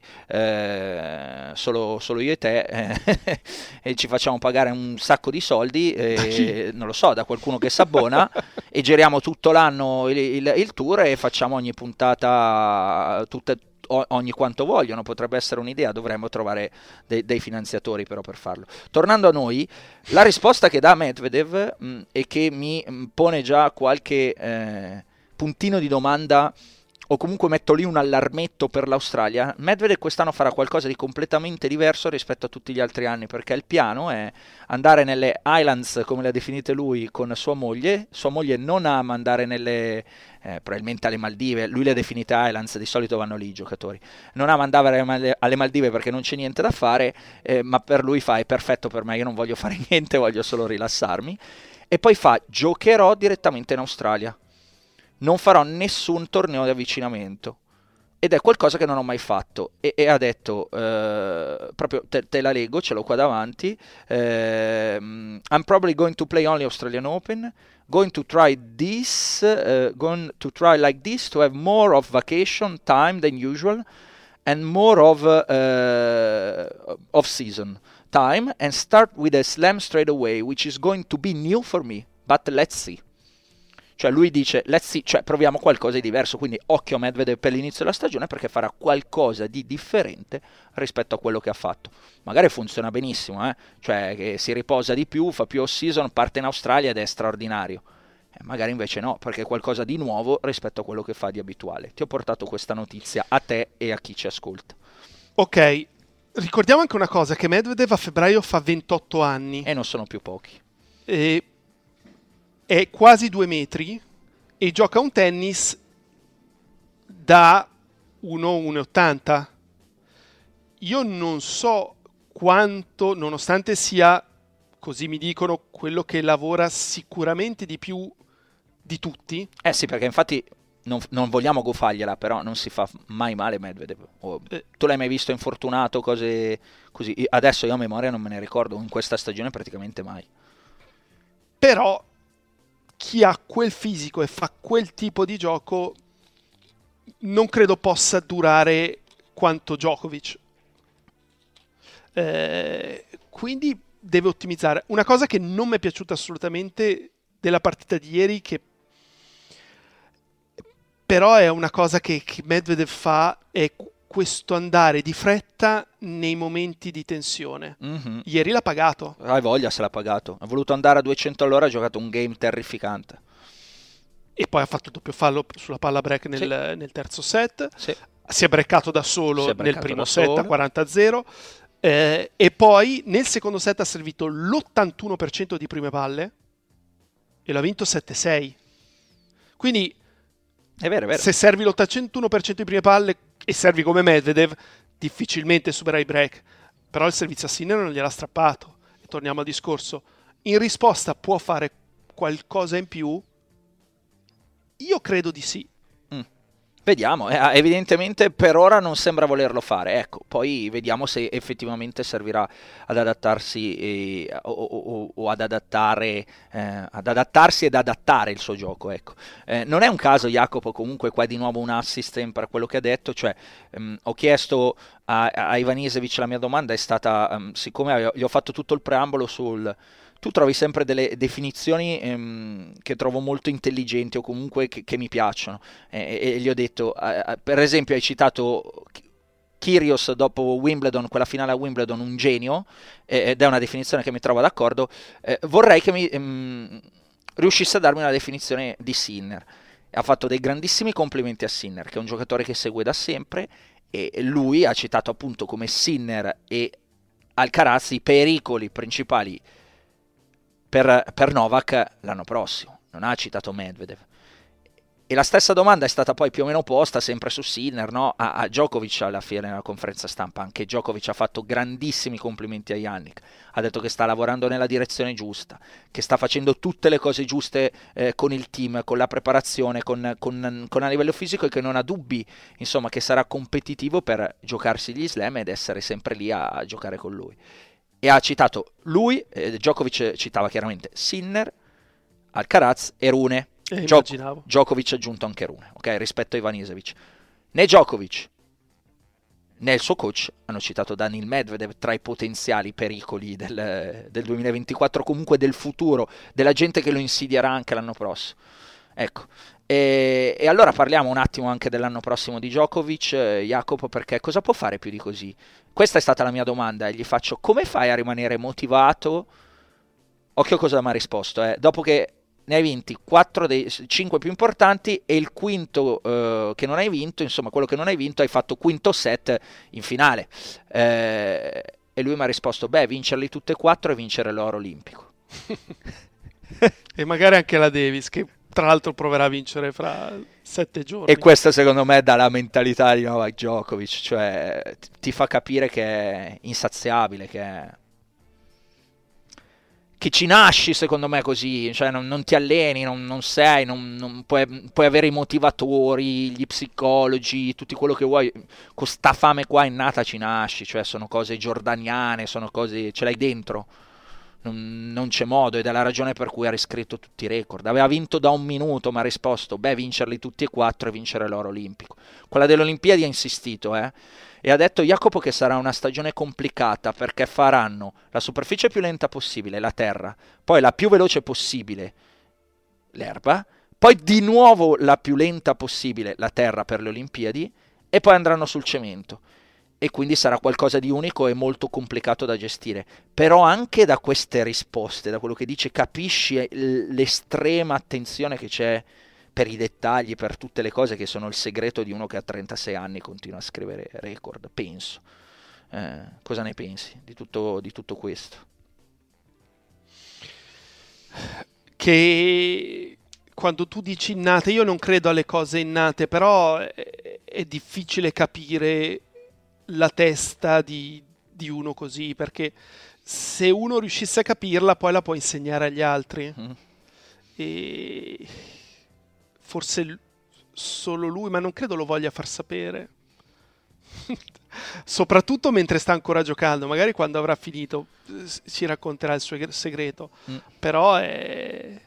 solo io e te, e ci facciamo pagare un sacco di soldi, non lo so, da qualcuno che s'abbona, e giriamo tutto l'anno il tour e facciamo ogni puntata ogni quanto vogliono. Potrebbe essere un'idea, dovremmo trovare dei finanziatori però per farlo. Tornando a noi, la risposta che dà Medvedev e che mi pone già qualche puntino di domanda, o comunque metto lì un allarmetto per l'Australia. Medvedev quest'anno farà qualcosa di completamente diverso rispetto a tutti gli altri anni, perché il piano è andare nelle Highlands, come le ha definite lui, con sua moglie non ama andare nelle probabilmente alle Maldive, lui le ha definite Highlands, di solito vanno lì i giocatori, non ama andare alle Maldive perché non c'è niente da fare, ma per lui è perfetto per me, io non voglio fare niente, voglio solo rilassarmi. E poi giocherò direttamente in Australia, non farò nessun torneo di avvicinamento, ed è qualcosa che non ho mai fatto, e ha detto proprio te la leggo, ce l'ho qua davanti, I'm probably going to play only Australian Open, going to try like this to have more of vacation time than usual and more of season time, and start with a slam straight away, which is going to be new for me, but let's see. Cioè lui dice let's see, cioè proviamo qualcosa di diverso, quindi occhio a Medvedev per l'inizio della stagione, perché farà qualcosa di differente rispetto a quello che ha fatto. Magari funziona benissimo, cioè che si riposa di più, fa più off-season, parte in Australia ed è straordinario. Magari invece no, perché è qualcosa di nuovo rispetto a quello che fa di abituale. Ti ho portato questa notizia a te e a chi ci ascolta. Ok, ricordiamo anche una cosa, che Medvedev a febbraio fa 28 anni. E non sono più pochi. È quasi 2 metri e gioca un tennis da 1,80. Io non so quanto, nonostante sia, così mi dicono, quello che lavora sicuramente di più di tutti. Sì, perché infatti non vogliamo gufargliela, però non si fa mai male Medvedev. Tu l'hai mai visto infortunato, cose così? Adesso io a memoria non me ne ricordo, in questa stagione praticamente mai. Però chi ha quel fisico e fa quel tipo di gioco non credo possa durare quanto Djokovic, quindi deve ottimizzare. Una cosa che non mi è piaciuta assolutamente della partita di ieri, che però è una cosa che Medvedev fa, è questo andare di fretta nei momenti di tensione. Mm-hmm. Ieri l'ha pagato. Hai voglia, se l'ha pagato. Ha voluto andare a 200 all'ora, ha giocato un game terrificante. E poi ha fatto il doppio fallo sulla palla break nel terzo set. Sì. Si è breakato da solo nel primo set a 40-0. E poi nel secondo set ha servito l'81% di prime palle e l'ha vinto 7-6. Quindi è vero. Se servi l'81% di prime palle e servi come Medvedev, difficilmente superai i break. Però il servizio a Sinner non gliel'ha strappato. E torniamo al discorso. In risposta può fare qualcosa in più? Io credo di sì. Vediamo, evidentemente per ora non sembra volerlo fare, ecco, poi vediamo se effettivamente servirà ad adattarsi o ad adattarsi ed adattare il suo gioco, ecco. Non è un caso, Jacopo, comunque qua di nuovo un assist per quello che ha detto, cioè ho chiesto a Ivanisevic, la mia domanda è stata, siccome gli ho fatto tutto il preambolo tu trovi sempre delle definizioni che trovo molto intelligenti o comunque che mi piacciono, e gli ho detto, per esempio hai citato Kyrgios dopo Wimbledon, quella finale a Wimbledon, un genio, ed è una definizione che mi trovo d'accordo. Vorrei che mi riuscisse a darmi una definizione di Sinner. Ha fatto dei grandissimi complimenti a Sinner, che è un giocatore che segue da sempre, e lui ha citato appunto come Sinner e Alcaraz i pericoli principali per Novak l'anno prossimo. Non ha citato Medvedev. E la stessa domanda è stata poi più o meno posta sempre su Sinner, no? a Djokovic alla fine nella conferenza stampa. Anche Djokovic ha fatto grandissimi complimenti a Jannik, ha detto che sta lavorando nella direzione giusta, che sta facendo tutte le cose giuste con il team, con la preparazione, con a livello fisico, e che non ha dubbi, insomma, che sarà competitivo per giocarsi gli slam ed essere sempre lì a giocare con lui. E ha citato lui, Djokovic citava chiaramente Sinner, Alcaraz e Rune. Djokovic ha aggiunto anche Rune, ok, rispetto a Ivanisevic. Né Djokovic né il suo coach hanno citato Daniil Medvedev tra i potenziali pericoli del 2024, comunque del futuro, della gente che lo insidierà anche l'anno prossimo. Ecco, e allora parliamo un attimo anche dell'anno prossimo di Djokovic, Jacopo, perché cosa può fare più di così? Questa è stata la mia domanda, e gli faccio: come fai a rimanere motivato? Occhio cosa mi ha risposto, dopo che ne hai vinti 4 dei 5 più importanti, e il quinto che non hai vinto, insomma quello che non hai vinto, hai fatto quinto set in finale, e lui mi ha risposto: beh, vincerli tutte e 4 e vincere l'oro olimpico. E magari anche la Davis, che tra l'altro proverà a vincere fra 7 giorni. E questa secondo me dà la mentalità di Novak Djokovic, cioè ti fa capire che è insaziabile, che ci nasci, secondo me, così, cioè non ti alleni, non puoi avere i motivatori, gli psicologi, tutto quello che vuoi, con sta fame qua innata ci nasci, cioè sono cose giordaniane, sono cose, ce l'hai dentro, non c'è modo, ed è la ragione per cui ha riscritto tutti i record. Aveva vinto da 1 minuto, ma ha risposto: beh, vincerli tutti e 4 e vincere l'oro olimpico. Quella delle Olimpiadi ha insistito, e ha detto, Jacopo, che sarà una stagione complicata, perché faranno la superficie più lenta possibile, la terra, poi la più veloce possibile, l'erba, poi di nuovo la più lenta possibile, la terra, per le Olimpiadi, e poi andranno sul cemento. E quindi sarà qualcosa di unico e molto complicato da gestire. Però anche da queste risposte, da quello che dice, capisci l'estrema attenzione che c'è per i dettagli, per tutte le cose, che sono il segreto di uno che a 36 anni continua a scrivere record, penso. Cosa ne pensi di tutto questo? Che quando tu dici innate, io non credo alle cose innate, però è difficile capire la testa di uno così, perché se uno riuscisse a capirla poi la può insegnare agli altri. E forse solo lui, ma non credo lo voglia far sapere. Soprattutto mentre sta ancora giocando, magari quando avrà finito ci racconterà il suo segreto. Però è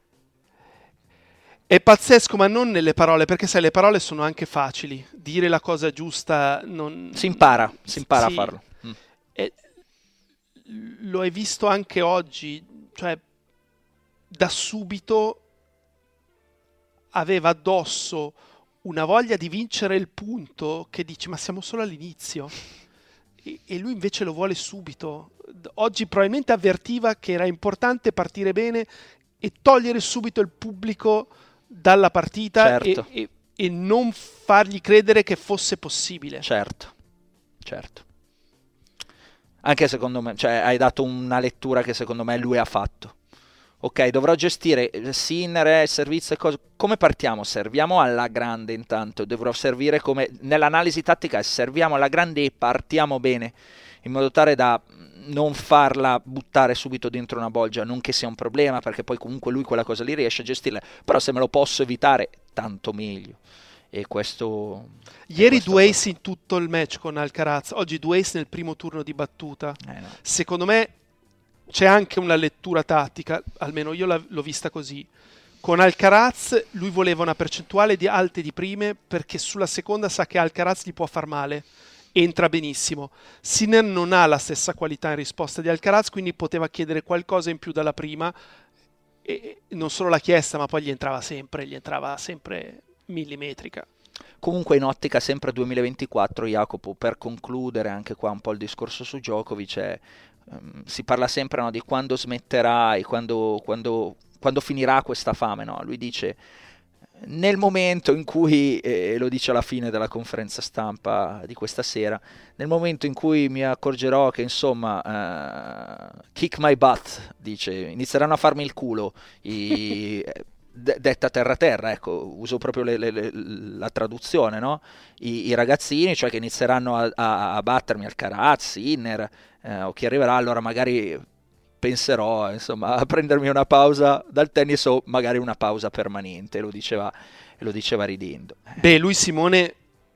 pazzesco, ma non nelle parole, perché sai, le parole sono anche facili. Dire la cosa giusta non... Si impara sì, a farlo. E lo hai visto anche oggi, cioè da subito aveva addosso una voglia di vincere il punto che dici, ma siamo solo all'inizio. E lui invece lo vuole subito. Oggi probabilmente avvertiva che era importante partire bene e togliere subito il pubblico dalla partita, certo. e non fargli credere che fosse possibile. Certo. Anche secondo me, cioè, hai dato una lettura che secondo me lui ha fatto. Ok, dovrò gestire Sinner, servizio e cose. Come partiamo? Serviamo alla grande intanto. Dovrò servire come nell'analisi tattica, serviamo alla grande e partiamo bene, in modo tale da non farla buttare subito dentro una bolgia, non che sia un problema, perché poi comunque lui quella cosa lì riesce a gestirla, però se me lo posso evitare tanto meglio. e questo... Ieri due ace in tutto il match con Alcaraz, oggi due ace nel primo turno di battuta. No. Secondo me c'è anche una lettura tattica, almeno io l'ho vista così. Con Alcaraz lui voleva una percentuale di alte di prime perché sulla seconda sa che Alcaraz gli può far male, entra benissimo. Sinner non ha la stessa qualità in risposta di Alcaraz, quindi poteva chiedere qualcosa in più dalla prima, e non solo l'ha chiesta, ma poi gli entrava sempre millimetrica. Comunque in ottica sempre 2024, Jacopo, per concludere anche qua un po' il discorso su Djokovic, si parla sempre, no, di quando smetterà e quando finirà questa fame, no? Lui dice: nel momento in cui, lo dice alla fine della conferenza stampa di questa sera, nel momento in cui mi accorgerò che insomma kick my butt, dice, inizieranno a farmi il culo detta terra, ecco, uso proprio la traduzione, no? I ragazzini, cioè che inizieranno a battermi Alcaraz, Sinner, o chi arriverà, allora magari penserò insomma a prendermi una pausa dal tennis o magari una pausa permanente, lo diceva ridendo. Beh, lui, Simone,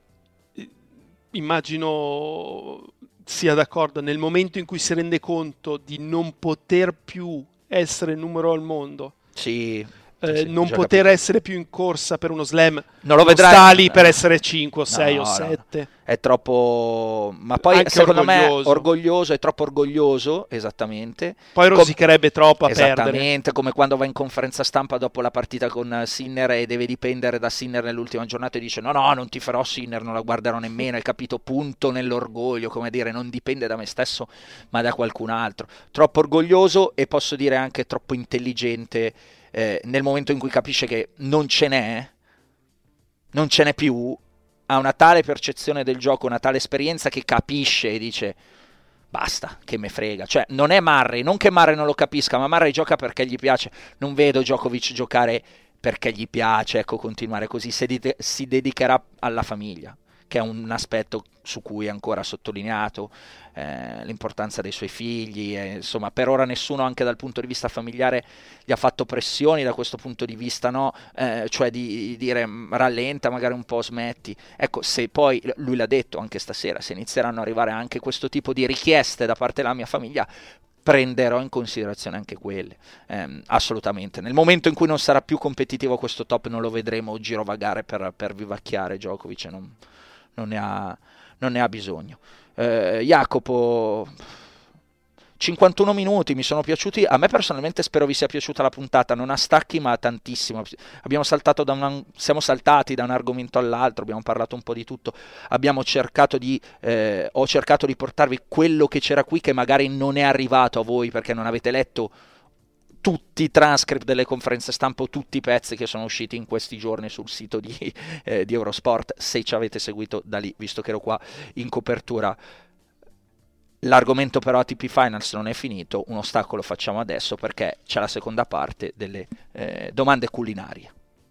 immagino sia d'accordo, nel momento in cui si rende conto di non poter più essere numero al mondo, sì, non poter capito. essere più in corsa per uno slam, non lo vedrai, sta lì per essere 5 o 6 o 7. No. È troppo, ma poi anche secondo me è troppo orgoglioso, esattamente. Poi rosicherebbe troppo a esattamente, perdere. come quando va in conferenza stampa dopo la partita con Sinner e deve dipendere da Sinner nell'ultima giornata e dice no, non ti farò Sinner, non la guarderò nemmeno, hai capito, punto nell'orgoglio, come dire, non dipende da me stesso ma da qualcun altro. Troppo orgoglioso e posso dire anche troppo intelligente. Nel momento in cui capisce che non ce n'è più, ha una tale percezione del gioco, una tale esperienza che capisce e dice basta, che me frega. Cioè non è Murray, non che Murray non lo capisca, ma Murray gioca perché gli piace. Non vedo Djokovic giocare perché gli piace, ecco, continuare così. Si dedicherà alla famiglia, che è un aspetto su cui è ancora sottolineato, l'importanza dei suoi figli, insomma per ora nessuno anche dal punto di vista familiare gli ha fatto pressioni da questo punto di vista, no? Cioè di dire rallenta, magari un po' smetti. Ecco, se poi, lui l'ha detto anche stasera, se inizieranno ad arrivare anche questo tipo di richieste da parte della mia famiglia, prenderò in considerazione anche quelle, assolutamente. Nel momento in cui non sarà più competitivo questo top non lo vedremo girovagare per vivacchiare. Djokovic non ne ha bisogno. Jacopo, 51 minuti mi sono piaciuti, a me personalmente spero vi sia piaciuta la puntata, non a stacchi ma tantissimo. Siamo saltati da un argomento all'altro, abbiamo parlato un po' di tutto, ho cercato di portarvi quello che c'era qui che magari non è arrivato a voi perché non avete letto tutti i transcript delle conferenze stampa o tutti i pezzi che sono usciti in questi giorni sul sito di Eurosport, se ci avete seguito da lì, visto che ero qua in copertura. L'argomento però ATP Finals non è finito, un ostacolo facciamo adesso perché c'è la seconda parte delle domande culinarie.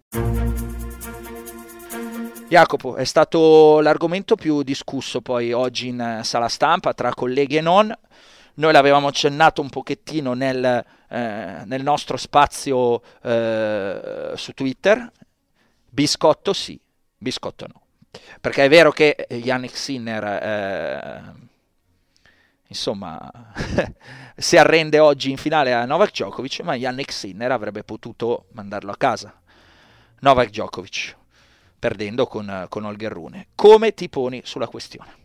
Jacopo, è stato l'argomento più discusso poi oggi in sala stampa tra colleghi e non. Noi l'avevamo accennato un pochettino nel nostro spazio su Twitter. Biscotto sì, biscotto no. Perché è vero che Jannik Sinner insomma si arrende oggi in finale a Novak Djokovic, ma Jannik Sinner avrebbe potuto mandarlo a casa. Novak Djokovic, perdendo con Holger Rune. Come ti poni sulla questione?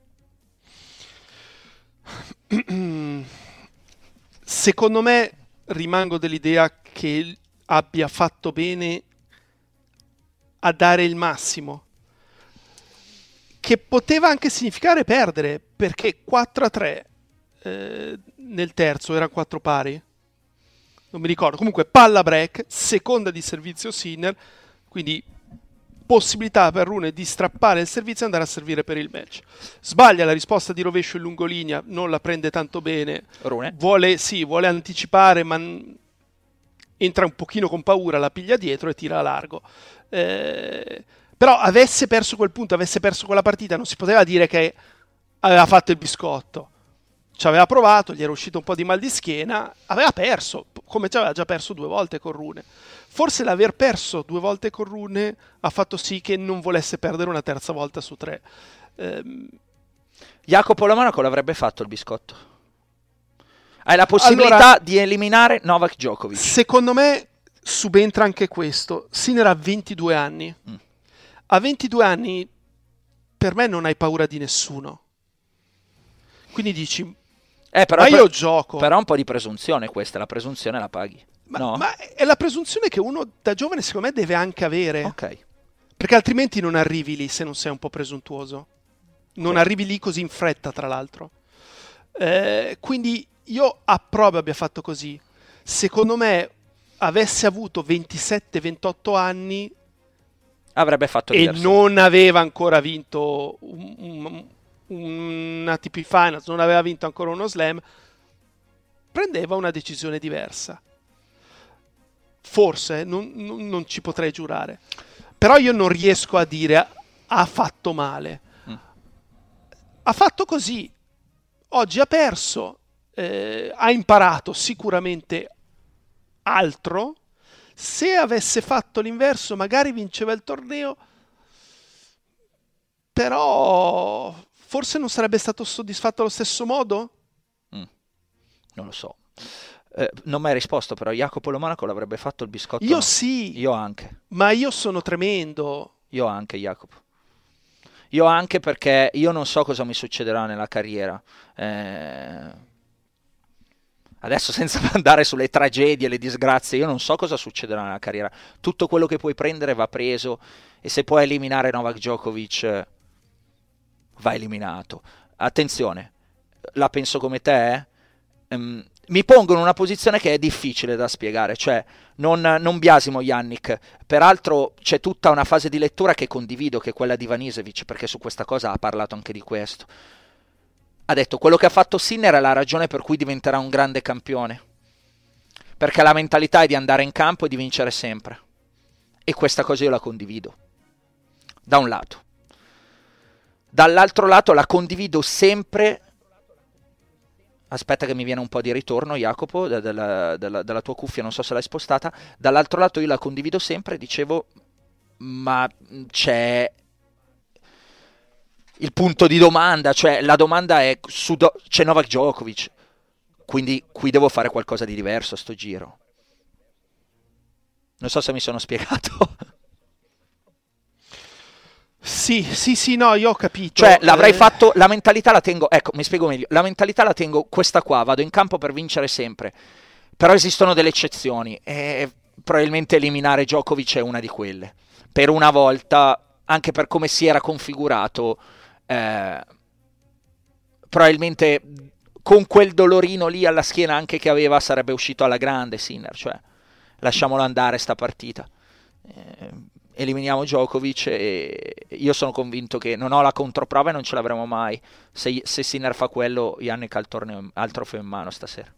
Secondo me rimango dell'idea che abbia fatto bene a dare il massimo, che poteva anche significare perdere, perché 4-3 nel terzo, erano 4 pari, non mi ricordo, comunque palla break, seconda di servizio Sinner, quindi possibilità per Rune di strappare il servizio e andare a servire per il match. Sbaglia la risposta di rovescio in lungolinea, non la prende tanto bene. Rune vuole anticipare, ma entra un pochino con paura, la piglia dietro e tira a largo. Però avesse perso quel punto, avesse perso quella partita, non si poteva dire che aveva fatto il biscotto. ci aveva provato, gli era uscito un po' di mal di schiena, aveva perso, come ci aveva già perso 2 volte con Rune. Forse l'aver perso 2 volte con Rune ha fatto sì che non volesse perdere una terza volta su 3. Jacopo Lomonaco l'avrebbe fatto il biscotto. Hai la possibilità di eliminare Novak Djokovic. Secondo me subentra anche questo. Sinner ha 22 anni. A 22 anni per me non hai paura di nessuno. Quindi dici però io gioco. Però un po' di presunzione questa, la presunzione la paghi. Ma è la presunzione che uno da giovane secondo me deve anche avere. Ok. Perché altrimenti non arrivi lì se non sei un po' presuntuoso. Non arrivi lì così in fretta, tra l'altro. Quindi io approvo abbia fatto così. Secondo me avesse avuto 27-28 anni avrebbe fatto e diverso. non aveva ancora vinto una ATP Finals, non aveva vinto ancora uno Slam, prendeva una decisione diversa. Forse, non ci potrei giurare. Però io non riesco a dire ha fatto male. Ha fatto così. Oggi ha perso, ha imparato sicuramente altro. Se avesse fatto l'inverso magari vinceva il torneo, però forse non sarebbe stato soddisfatto allo stesso modo? Non lo so. Non mi hai risposto, però Jacopo Lomonaco l'avrebbe fatto il biscotto? Io no? sì. Io anche. Ma io sono tremendo. Io anche, Jacopo. Io anche, perché io non so cosa mi succederà nella carriera. Adesso, senza andare sulle tragedie, le disgrazie, io non so cosa succederà nella carriera. Tutto quello che puoi prendere va preso, e se puoi eliminare Novak Djokovic va eliminato. Attenzione, la penso come te, mi pongo in una posizione che è difficile da spiegare, cioè non biasimo Jannik, peraltro c'è tutta una fase di lettura che condivido, che è quella di Ivanisevic, perché su questa cosa ha parlato anche di questo. Ha detto quello che ha fatto Sinner è la ragione per cui diventerà un grande campione, perché la mentalità è di andare in campo e di vincere sempre, e questa cosa io la condivido, da un lato. Dall'altro lato la condivido sempre. Aspetta che mi viene un po' di ritorno, Jacopo, dalla tua cuffia, non so se l'hai spostata. Dall'altro lato io la condivido sempre, dicevo, ma c'è il punto di domanda, cioè la domanda è, c'è Novak Djokovic, quindi qui devo fare qualcosa di diverso a sto giro. Non so se mi sono spiegato. Sì, no, io ho capito. Cioè, l'avrei fatto, la mentalità la tengo, ecco, mi spiego meglio, la mentalità la tengo questa qua, vado in campo per vincere sempre, però esistono delle eccezioni, e probabilmente eliminare Djokovic è una di quelle. Per una volta, anche per come si era configurato, probabilmente con quel dolorino lì alla schiena anche che aveva sarebbe uscito alla grande Sinner, cioè lasciamolo andare sta partita. Eliminiamo Djokovic, e io sono convinto che non ho la controprova e non ce l'avremo mai. Se Sinner fa quello, Jannik ha il trofeo in mano stasera.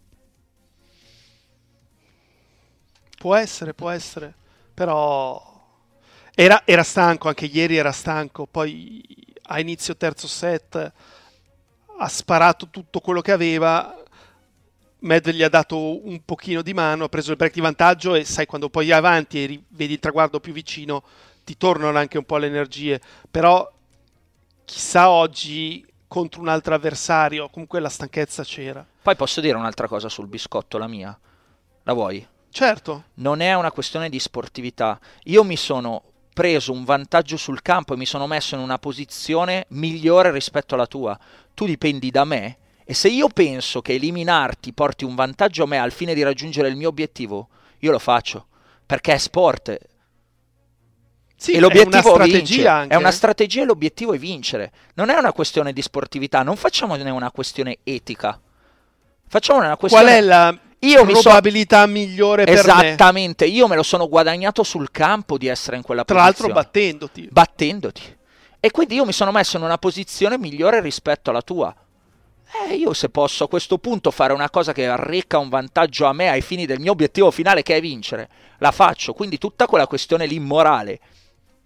Può essere, però era stanco, anche ieri era stanco, poi a inizio terzo set ha sparato tutto quello che aveva. Medvedev gli ha dato un pochino di mano, ha preso il break di vantaggio, e sai, quando poi avanti e vedi il traguardo più vicino ti tornano anche un po' le energie. Però chissà oggi contro un altro avversario, comunque la stanchezza c'era. Poi posso dire un'altra cosa sul biscotto, la mia? La vuoi? Certo. Non è una questione di sportività. Io mi sono preso un vantaggio sul campo e mi sono messo in una posizione migliore rispetto alla tua. Tu dipendi da me. E se io penso che eliminarti porti un vantaggio a me al fine di raggiungere il mio obiettivo, io lo faccio, perché è sport. Sì, e l'obiettivo è una strategia anche. È una strategia, e l'obiettivo è vincere. Non è una questione di sportività, non facciamone una questione etica. Facciamone una questione... Qual è la probabilità migliore per me? Esattamente, io me lo sono guadagnato sul campo di essere in quella posizione. Tra l'altro battendoti. E quindi io mi sono messo in una posizione migliore rispetto alla tua. Io se posso a questo punto fare una cosa che arreca un vantaggio a me ai fini del mio obiettivo finale, che è vincere, la faccio. Quindi tutta quella questione lì morale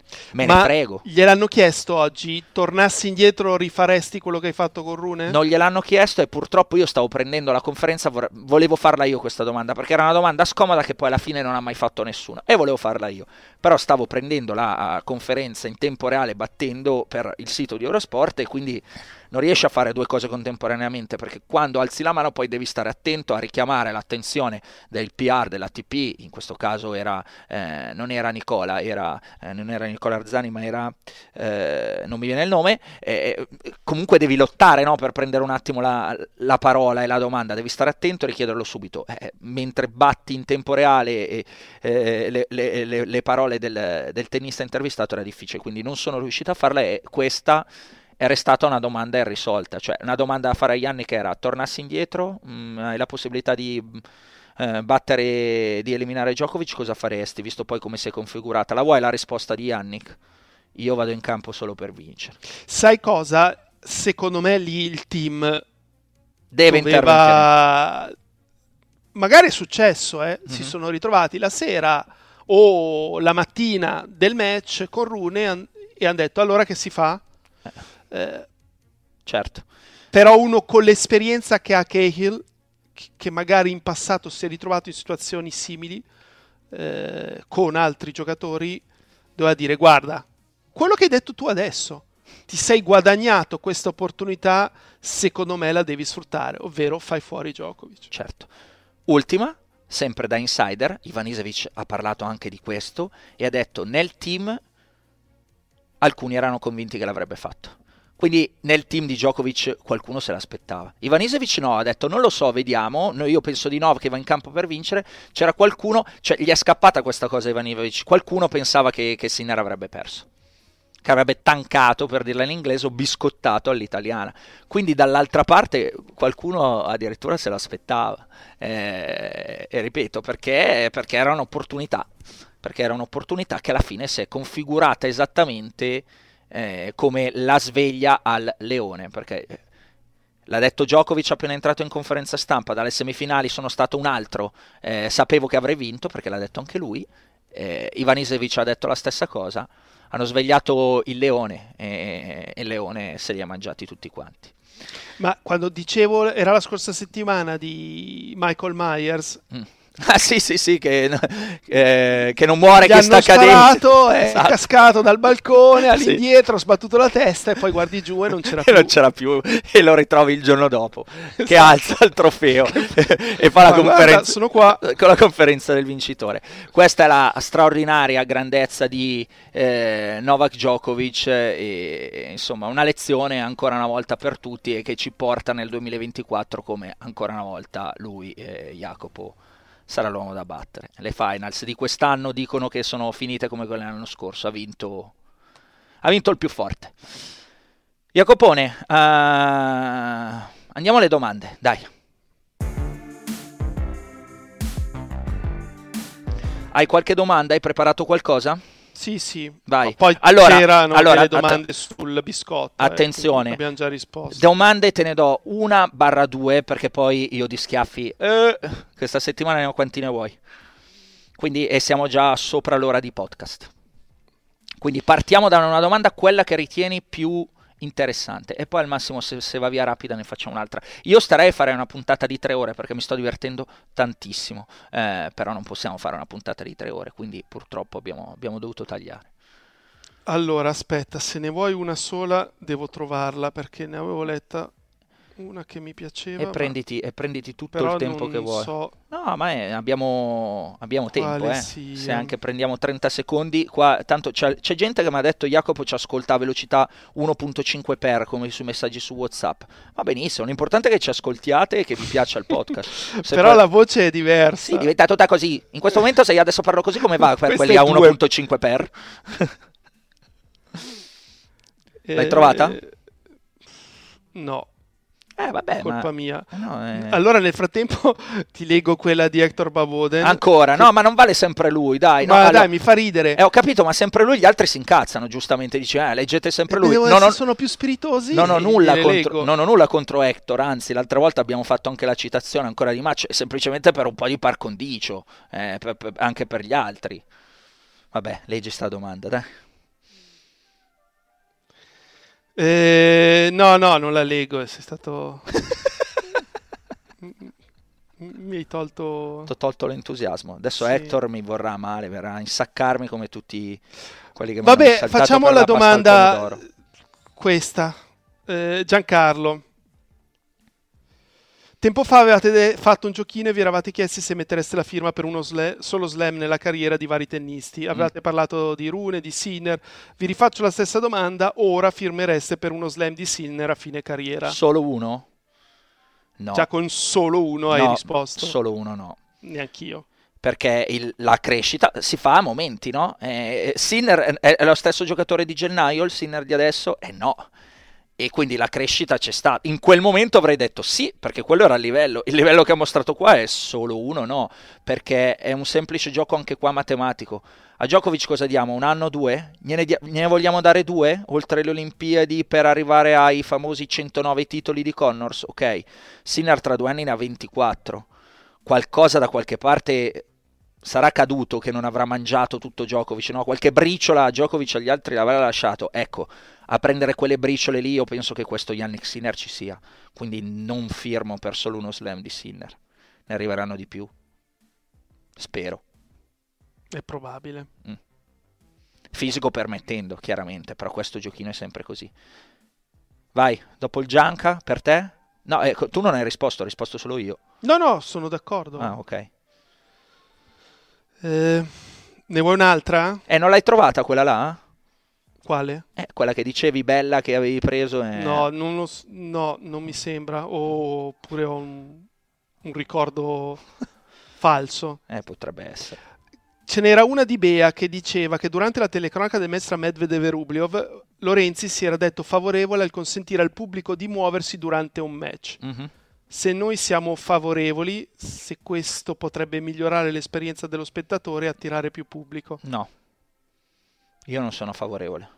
Me Ma ne frego. gliel'hanno chiesto oggi? Tornassi indietro, rifaresti quello che hai fatto con Rune? Non gliel'hanno chiesto e purtroppo io stavo prendendo la conferenza, volevo farla io questa domanda, perché era una domanda scomoda che poi alla fine non ha mai fatto nessuno e volevo farla io. Però stavo prendendo la conferenza in tempo reale battendo per il sito di Eurosport e quindi non riesci a fare due cose contemporaneamente, perché quando alzi la mano poi devi stare attento a richiamare l'attenzione del PR, dell'ATP, in questo caso non era Nicola, non era Nicola Arzani, ma era, non mi viene il nome, comunque devi lottare, no, per prendere un attimo la parola e la domanda, devi stare attento e richiederlo subito, mentre batti in tempo reale le parole del tennista intervistato era difficile, quindi non sono riuscito a farla e questa era stata una domanda irrisolta, cioè una domanda da fare a Yannick era: tornassi indietro, hai la possibilità di battere, di eliminare Djokovic, cosa faresti, visto poi come si è configurata? La vuoi la risposta di Yannick? Io vado in campo solo per vincere. Sai cosa? Secondo me lì il team deve intervenire. Magari è successo, si sono ritrovati la sera o la mattina del match con Rune e hanno detto: allora che si fa? Certo. Però uno con l'esperienza che ha Cahill, che magari in passato si è ritrovato in situazioni simili con altri giocatori, doveva dire: guarda, quello che hai detto tu adesso, ti sei guadagnato questa opportunità, secondo me la devi sfruttare, ovvero fai fuori Djokovic. Certo. Ultima, sempre da insider, Ivanisevic ha parlato anche di questo e ha detto: nel team alcuni erano convinti che l'avrebbe fatto. Quindi nel team di Djokovic qualcuno se l'aspettava. Ivanisevic no, ha detto: non lo so, vediamo, io penso di no, che va in campo per vincere. C'era qualcuno, cioè gli è scappata questa cosa a Ivanisevic, qualcuno pensava che Sinner avrebbe perso, che avrebbe tancato, per dirla in inglese, o biscottato all'italiana. Quindi dall'altra parte qualcuno addirittura se l'aspettava. E ripeto, perché era un'opportunità. Perché era un'opportunità che alla fine si è configurata esattamente come la sveglia al leone, perché l'ha detto Djokovic appena entrato in conferenza stampa: dalle semifinali sono stato un altro, sapevo che avrei vinto, perché l'ha detto anche lui. Ivanisevic ha detto la stessa cosa, hanno svegliato il leone e il leone se li ha mangiati tutti quanti. Ma quando dicevo, era la scorsa settimana di Michael Myers, Ah sì, che non muore, gli che sta cadendo. Sparato, è cascato dal balcone all'indietro, ha sbattuto la testa e poi guardi giù e non c'era più. E non c'era più e lo ritrovi il giorno dopo che alza il trofeo e fa la conferenza. Guarda, sono qua con la conferenza del vincitore. Questa è la straordinaria grandezza di Novak Djokovic e insomma una lezione ancora una volta per tutti e che ci porta nel 2024 come ancora una volta lui, Jacopo, sarà l'uomo da battere. Le finals di quest'anno dicono che sono finite come quelle dell'anno scorso. Ha vinto il più forte. Jacopone, andiamo alle domande, dai. Hai qualche domanda? Hai preparato qualcosa? Sì. Vai. Poi c'erano delle domande sul biscotto. Attenzione. Abbiamo già risposto. Domande te ne do 1/2 perché poi io di schiaffi questa settimana ne ho quanti ne vuoi. Quindi siamo già sopra l'ora di podcast. Quindi partiamo da una domanda, quella che ritieni più interessante, e poi al massimo se va via rapida ne facciamo un'altra. Io starei a fare una puntata di 3 ore perché mi sto divertendo tantissimo, però non possiamo fare una puntata di 3 ore, quindi purtroppo abbiamo dovuto tagliare. Allora aspetta, se ne vuoi una sola devo trovarla perché ne avevo letta una che mi piaceva e prenditi tutto il tempo che vuoi. So, no, ma abbiamo tempo, sia. Se anche prendiamo 30 secondi qua, tanto c'è gente che mi ha detto: Jacopo ci ascolta a velocità 1.5x come sui messaggi su WhatsApp. Va benissimo, l'importante è che ci ascoltiate e che vi piaccia il podcast. Però la voce è diversa. Sì, diventa tutta così. In questo momento, se io adesso parlo così, come va per quelli a 1.5x? L'hai trovata? No. Vabbè, colpa mia. No, Allora nel frattempo ti leggo quella di Hector Bavoden. Ancora? No, ma non vale sempre lui, dai. Ma allora, dai, mi fa ridere. Ho capito, ma sempre lui, gli altri si incazzano, giustamente. Dice, leggete sempre lui. Sono più spiritosi. Non ho nulla contro Hector, anzi, l'altra volta abbiamo fatto anche la citazione ancora di match, semplicemente per un po' di par condicio, anche per gli altri. Vabbè, leggi sta domanda, dai. No, non la leggo, sei stato... Mi hai tolto... Ti ho tolto l'entusiasmo. Adesso Sì. Hector mi vorrà male, verrà a insaccarmi come tutti quelli che mi hanno Vabbè, saltato facciamo per la pasta al domanda pomodoro. questa. Giancarlo. Tempo fa avevate fatto un giochino e vi eravate chiesti se mettereste la firma per uno solo slam nella carriera di vari tennisti. Avevate parlato di Rune, di Sinner. Vi rifaccio la stessa domanda. Ora firmereste per uno slam di Sinner a fine carriera? Solo uno? No. Già con solo uno hai No, risposto? Solo uno no. Neanch'io. Perché la crescita si fa a momenti, no? Sinner è lo stesso giocatore di gennaio, il Sinner di adesso? No. E quindi la crescita c'è stata. In quel momento avrei detto sì, perché quello era il livello. Il livello che ha mostrato qua è solo uno, no, perché è un semplice gioco anche qua matematico. A Djokovic cosa diamo? Un anno, due? Ne vogliamo dare due? Oltre le Olimpiadi per arrivare ai famosi 109 titoli di Connors? Ok. Sinner tra 2 anni ne ha 24. Qualcosa da qualche parte sarà caduto che non avrà mangiato tutto Djokovic, no? Qualche briciola a Djokovic agli altri l'avrà lasciato. Ecco, a prendere quelle briciole lì io penso che questo Jannik Sinner ci sia. Quindi non firmo per solo uno slam di Sinner. Ne arriveranno di più. Spero. È probabile. Fisico permettendo, chiaramente, però questo giochino è sempre così. Vai, dopo il Gianca, per te? No, tu non hai risposto, ho risposto solo io. No, sono d'accordo. Ah, ok. Ne vuoi un'altra? Non l'hai trovata quella là? Quale? Quella che dicevi bella che avevi preso. No, non mi sembra. Oppure ho un ricordo falso. Potrebbe essere. Ce n'era una di Bea che diceva che durante la telecronaca del match tra Medvedev e Rublev, Lorenzi si era detto favorevole al consentire al pubblico di muoversi durante un match. Mm-hmm. Se noi siamo favorevoli, se questo potrebbe migliorare l'esperienza dello spettatore e attirare più pubblico. No, io non sono favorevole.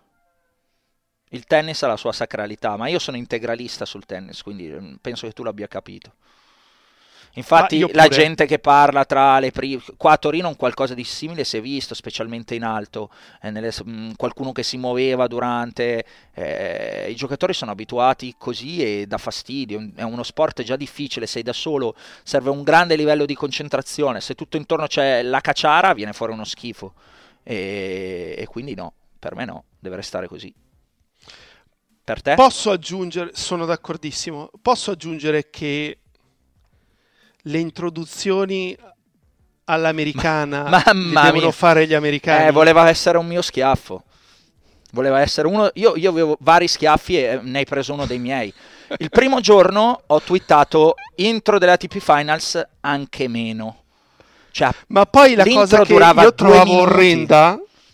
Il tennis ha la sua sacralità, ma io sono integralista sul tennis, quindi penso che tu l'abbia capito. Infatti la gente che parla tra le prime... Qua a Torino un qualcosa di simile si è visto, specialmente in alto, qualcuno che si muoveva durante... I giocatori sono abituati così e dà fastidio, è uno sport già difficile, sei da solo, serve un grande livello di concentrazione, se tutto intorno c'è la cacciara viene fuori uno schifo, e quindi no, per me no, deve restare così. Per te? Posso aggiungere, sono d'accordissimo, posso aggiungere che le introduzioni all'americana devono fare gli americani. Voleva essere un mio schiaffo. Voleva essere uno. Io avevo vari schiaffi e ne hai preso uno dei miei. Il primo giorno ho twittato intro delle ATP Finals anche meno. Cioè, ma poi la cosa che io trovavo orrenda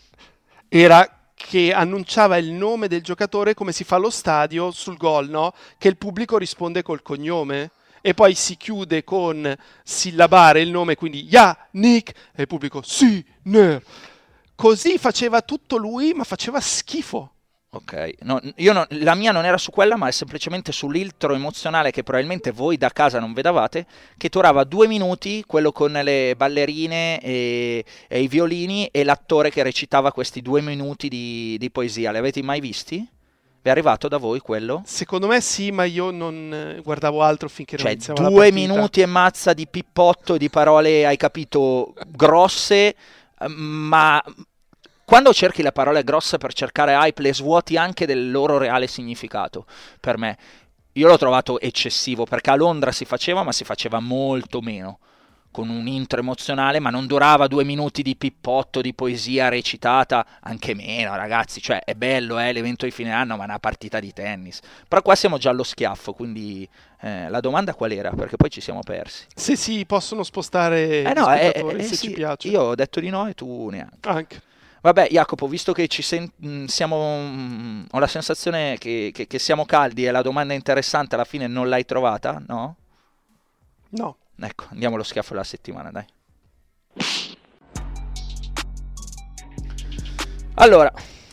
era che annunciava il nome del giocatore come si fa allo stadio sul gol, no? Che il pubblico risponde col cognome. E poi si chiude con sillabare il nome, quindi Nick, e il pubblico Sinner. Così faceva tutto lui, ma faceva schifo. Ok, no, la mia non era su quella, ma è semplicemente sull'intro emozionale che probabilmente voi da casa non vedavate, che durava 2 minuti, quello con le ballerine e i violini e l'attore che recitava questi 2 minuti di poesia. Li avete mai visti? È arrivato da voi quello? Secondo me sì, ma io non guardavo altro finché non iniziava la 2 partita. minuti e mazza di pippotto, di parole, hai capito, grosse, ma quando cerchi le parole grosse per cercare hype le svuoti anche del loro reale significato, per me. Io l'ho trovato eccessivo, perché a Londra si faceva, ma si faceva molto meno, con un intro emozionale, ma non durava 2 minuti di pippotto, di poesia recitata, anche meno, ragazzi, cioè è bello l'evento di fine anno, ma è una partita di tennis. Però qua siamo già allo schiaffo, quindi la domanda qual era? Perché poi ci siamo persi. Sì, possono spostare gli spettatori se ci piace. Io ho detto di no e tu neanche. Anche. Vabbè, Jacopo, visto che ho la sensazione che siamo caldi e la domanda interessante alla fine non l'hai trovata, no? No. Ecco, andiamo allo schiaffo della settimana, dai. Allora,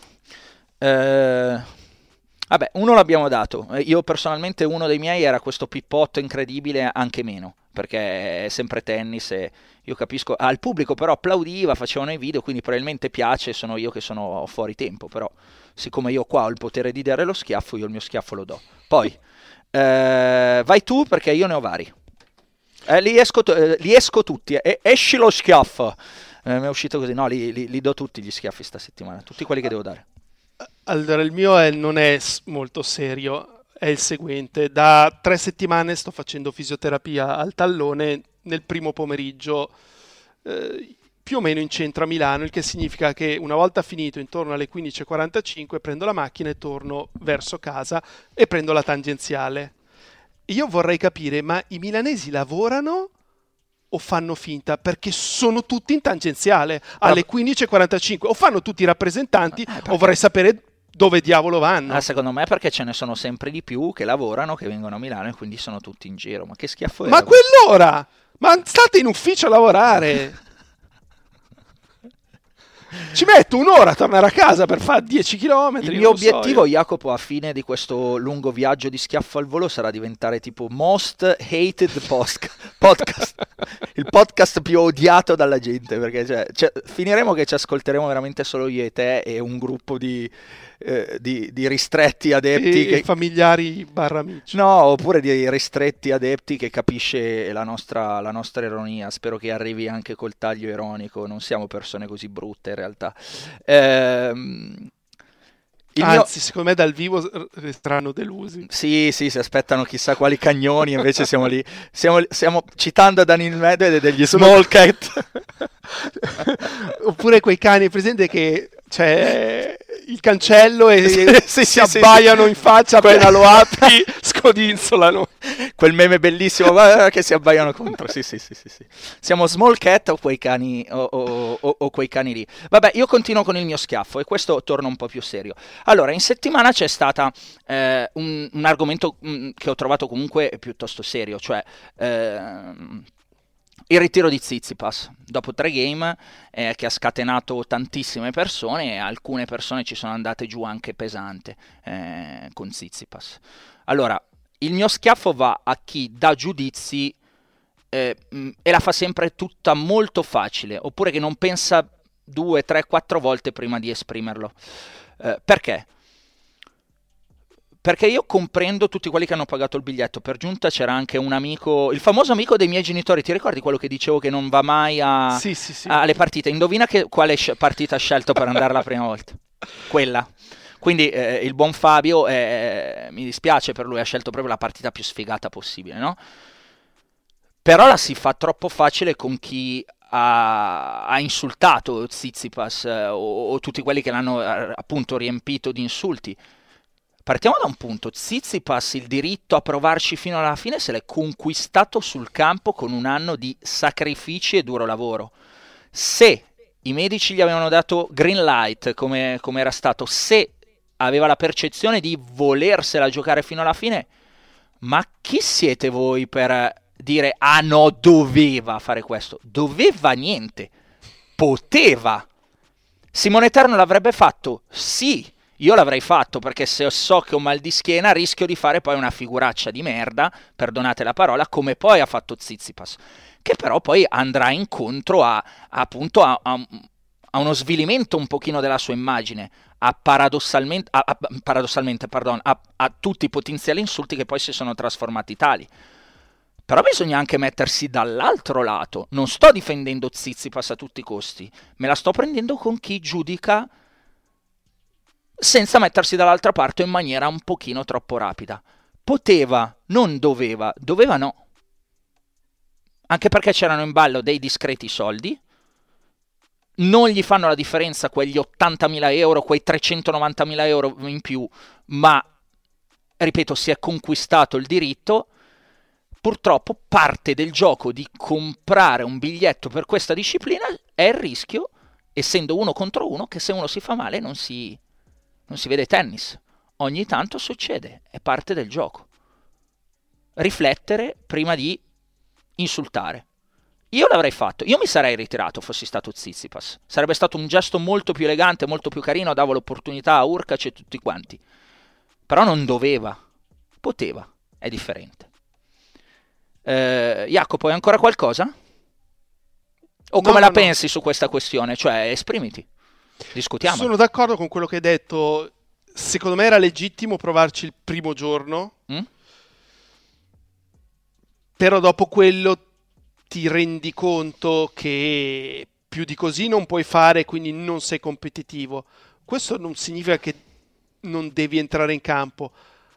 vabbè, uno l'abbiamo dato. Io personalmente uno dei miei era questo pippotto incredibile, anche meno, perché è sempre tennis e io capisco. Il pubblico però applaudiva, facevano i video, quindi probabilmente piace, sono io che sono fuori tempo, però siccome io qua ho il potere di dare lo schiaffo, io il mio schiaffo lo do. Poi vai tu, perché io ne ho vari. Li esco tutti, esci lo schiaffo. Mi è uscito così, no, li do tutti gli schiaffi sta settimana, tutti quelli che devo dare. Allora, il mio non è molto serio, è il seguente. Da 3 settimane sto facendo fisioterapia al tallone nel primo pomeriggio, più o meno in centro a Milano, il che significa che una volta finito, intorno alle 15:45, prendo la macchina e torno verso casa e prendo la tangenziale. Io vorrei capire, ma i milanesi lavorano o fanno finta? Perché sono tutti in tangenziale alle 15:45, o fanno tutti i rappresentanti, o vorrei sapere dove diavolo vanno. Secondo me perché ce ne sono sempre di più che lavorano, che vengono a Milano e quindi sono tutti in giro. Ma che schiaffo è? Ma quell'ora! Ma state in ufficio a lavorare! Ci metto un'ora a tornare a casa per fare 10 km. Il mio obiettivo, Jacopo, a fine di questo lungo viaggio di schiaffo al volo sarà diventare tipo Most Hated Podcast. Il podcast più odiato dalla gente, perché finiremo che ci ascolteremo veramente solo io e te e un gruppo di ristretti adepti e familiari / amici. No, oppure di ristretti adepti che capisce la nostra ironia. Spero che arrivi anche col taglio ironico. Non siamo persone così brutte in realtà. Secondo me dal vivo resteranno delusi. Sì, si aspettano chissà quali cagnoni, invece siamo lì. Stiamo citando Daniel Medvedev degli Small Cat. Oppure quei cani, presente che c'è il cancello e si abbaiano in faccia appena lo apri, scodinzolano. Quel meme bellissimo che si abbaiano contro. Sì. Siamo Small Cat o quei cani o quei cani lì. Vabbè, io continuo con il mio schiaffo e questo torna un po' più serio. Allora, in settimana c'è stata un argomento che ho trovato comunque piuttosto serio, cioè il ritiro di Tsitsipas dopo 3 game che ha scatenato tantissime persone, e alcune persone ci sono andate giù anche pesante con Tsitsipas. Allora, il mio schiaffo va a chi dà giudizi e la fa sempre tutta molto facile, oppure che non pensa 2, 3, 4 volte prima di esprimerlo. Perché? Perché io comprendo tutti quelli che hanno pagato il biglietto. Per giunta c'era anche un amico, il famoso amico dei miei genitori. Ti ricordi quello che dicevo che non va mai alle partite? Indovina quale partita ha scelto per andare la prima volta? Quella. Quindi il buon Fabio, mi dispiace per lui, ha scelto proprio la partita più sfigata possibile, no? Però la si fa troppo facile con chi ha insultato Tsitsipas o tutti quelli che l'hanno appunto riempito di insulti. Partiamo da un punto: Tsitsipas il diritto a provarci fino alla fine se l'è conquistato sul campo con un anno di sacrifici e duro lavoro. Se i medici gli avevano dato green light come era stato, se aveva la percezione di volersela giocare fino alla fine, ma chi siete voi per dire ah no, doveva fare questo? Doveva niente, poteva. Simone Eterno l'avrebbe fatto? Sì. Io l'avrei fatto, perché se so che ho mal di schiena rischio di fare poi una figuraccia di merda, perdonate la parola, come poi ha fatto Tsitsipas, che però poi andrà incontro a uno svilimento un pochino della sua immagine, a tutti i potenziali insulti che poi si sono trasformati tali. Però bisogna anche mettersi dall'altro lato. Non sto difendendo Tsitsipas a tutti i costi, me la sto prendendo con chi giudica senza mettersi dall'altra parte in maniera un pochino troppo rapida. Poteva, non doveva. Doveva no. Anche perché c'erano in ballo dei discreti soldi. Non gli fanno la differenza quegli 80.000 euro, quei 390.000 euro in più, ma, ripeto, si è conquistato il diritto. Purtroppo parte del gioco di comprare un biglietto per questa disciplina è il rischio, essendo 1 contro 1, che se uno si fa male non si vede tennis. Ogni tanto succede, è parte del gioco. Riflettere prima di insultare. Io l'avrei fatto, io mi sarei ritirato fossi stato Tsitsipas. Sarebbe stato un gesto molto più elegante, molto più carino, davo l'opportunità a Hurkacz e tutti quanti. Però non doveva, poteva, è differente. Jacopo, hai ancora qualcosa? O come la pensi su questa questione? Cioè, esprimiti. Discutiamo. Sono d'accordo con quello che hai detto. Secondo me era legittimo provarci il primo giorno, però dopo quello ti rendi conto che più di così non puoi fare, quindi non sei competitivo. Questo non significa che non devi entrare in campo.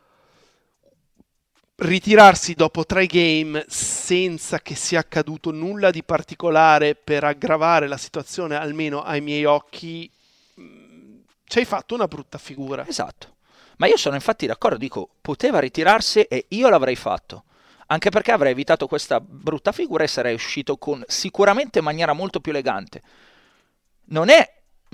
Ritirarsi dopo 3 game senza che sia accaduto nulla di particolare per aggravare la situazione, almeno ai miei occhi, ci hai fatto una brutta figura. Esatto. Ma io sono infatti d'accordo, dico, poteva ritirarsi e io l'avrei fatto. Anche perché avrei evitato questa brutta figura e sarei uscito con sicuramente in maniera molto più elegante. Non è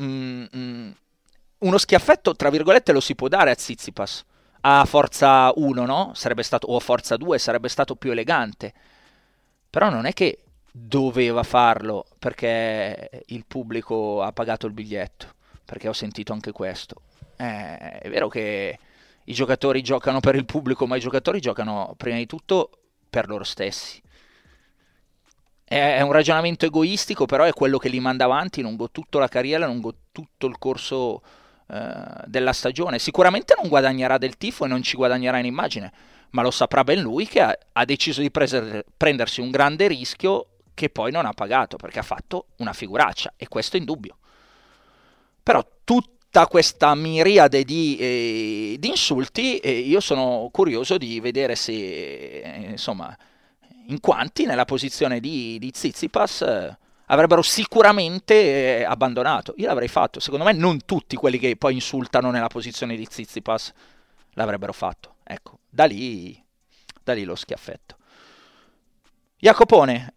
uno schiaffetto, tra virgolette, lo si può dare a Tsitsipas. A forza 1, no? Sarebbe stato, o a forza 2 sarebbe stato più elegante. Però non è che doveva farlo perché il pubblico ha pagato il biglietto. Perché ho sentito anche questo. È vero che i giocatori giocano per il pubblico, ma i giocatori giocano prima di tutto per loro stessi. È un ragionamento egoistico, però è quello che li manda avanti lungo tutta la carriera, lungo tutto il corso della stagione. Sicuramente non guadagnerà del tifo e non ci guadagnerà in immagine, ma lo saprà ben lui che ha deciso di prendersi un grande rischio che poi non ha pagato, perché ha fatto una figuraccia, e questo è indubbio. Però tutta questa miriade di insulti, io sono curioso di vedere se, insomma, in quanti nella posizione di Tsitsipas avrebbero sicuramente abbandonato. Io l'avrei fatto. Secondo me non tutti quelli che poi insultano nella posizione di Tsitsipas l'avrebbero fatto. Ecco, da lì lo schiaffetto. Jacopone,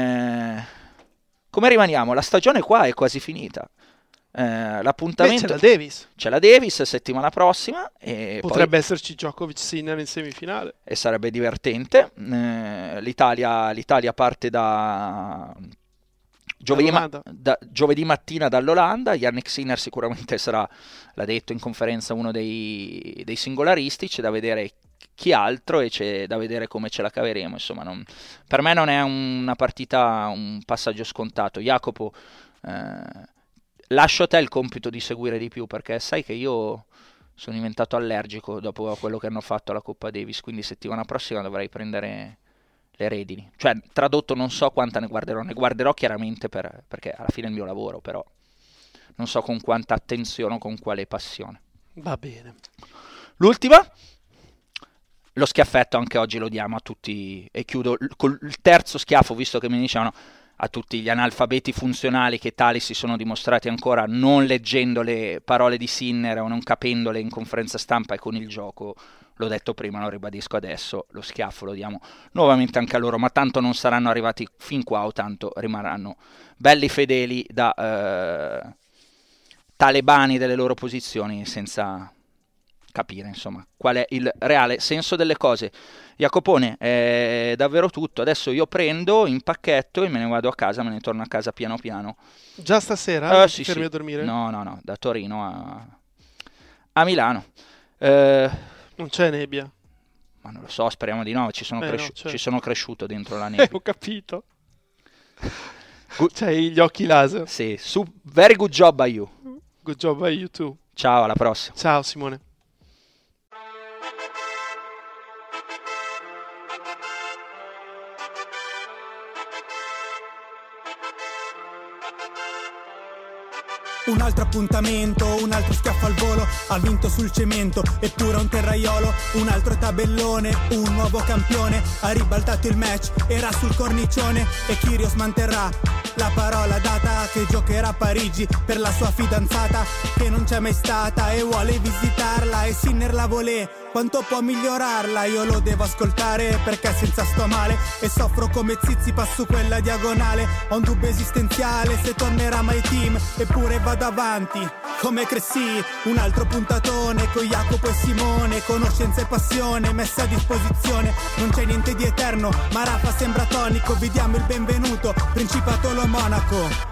come rimaniamo? La stagione qua è quasi finita. L'appuntamento c'è la Davis settimana prossima e potrebbe esserci Djokovic-Sinner in semifinale e sarebbe divertente. L'Italia parte da giovedì mattina dall'Olanda. Jannik Sinner sicuramente sarà, l'ha detto in conferenza, uno dei singolaristi. C'è da vedere chi altro e c'è da vedere come ce la caveremo. Insomma, per me non è una partita, un passaggio scontato. Jacopo, lascio a te il compito di seguire di più, perché sai che io sono diventato allergico dopo quello che hanno fatto alla Coppa Davis, quindi settimana prossima dovrei prendere le redini. Cioè, tradotto, non so quanta ne guarderò chiaramente perché alla fine è il mio lavoro, però non so con quanta attenzione o con quale passione. Va bene. L'ultima, lo schiaffetto, anche oggi lo diamo a tutti, e chiudo col terzo schiaffo, visto che mi dicevano, a tutti gli analfabeti funzionali che tali si sono dimostrati ancora non leggendo le parole di Sinner o non capendole in conferenza stampa e con il gioco. L'ho detto prima, lo ribadisco adesso, lo schiaffo lo diamo nuovamente anche a loro, ma tanto non saranno arrivati fin qua o tanto rimarranno belli fedeli da talebani delle loro posizioni senza capire, insomma, qual è il reale senso delle cose. Jacopone, è davvero tutto. Adesso io prendo, impacchetto e me ne vado a casa, me ne torno a casa piano piano. Già stasera? Sì, fermi sì. a dormire? No, da Torino a Milano. Non c'è nebbia? Ma non lo so, speriamo di no, ci sono cresciuto dentro la nebbia. Ho capito. C'hai gli occhi laser. Sì, very good job by you. Good job by you too. Ciao, alla prossima. Ciao Simone. Un altro appuntamento, un altro schiaffo al volo, ha vinto sul cemento, eppure un terraiolo, un altro tabellone, un nuovo campione, ha ribaltato il match, era sul cornicione e Kyrgios manterrà la parola data che giocherà a Parigi per la sua fidanzata che non c'è mai stata e vuole visitarla e Sinner la volè. Quanto può migliorarla? Io lo devo ascoltare perché senza sto male e soffro come Tsitsipas su quella diagonale. Ho un dubbio esistenziale se tornerà mai team, eppure vado avanti come Cressy. Un altro puntatone con Jacopo e Simone, conoscenza e passione messa a disposizione. Non c'è niente di eterno, ma Rafa sembra tonico. Vi diamo il benvenuto, Principato lo Monaco.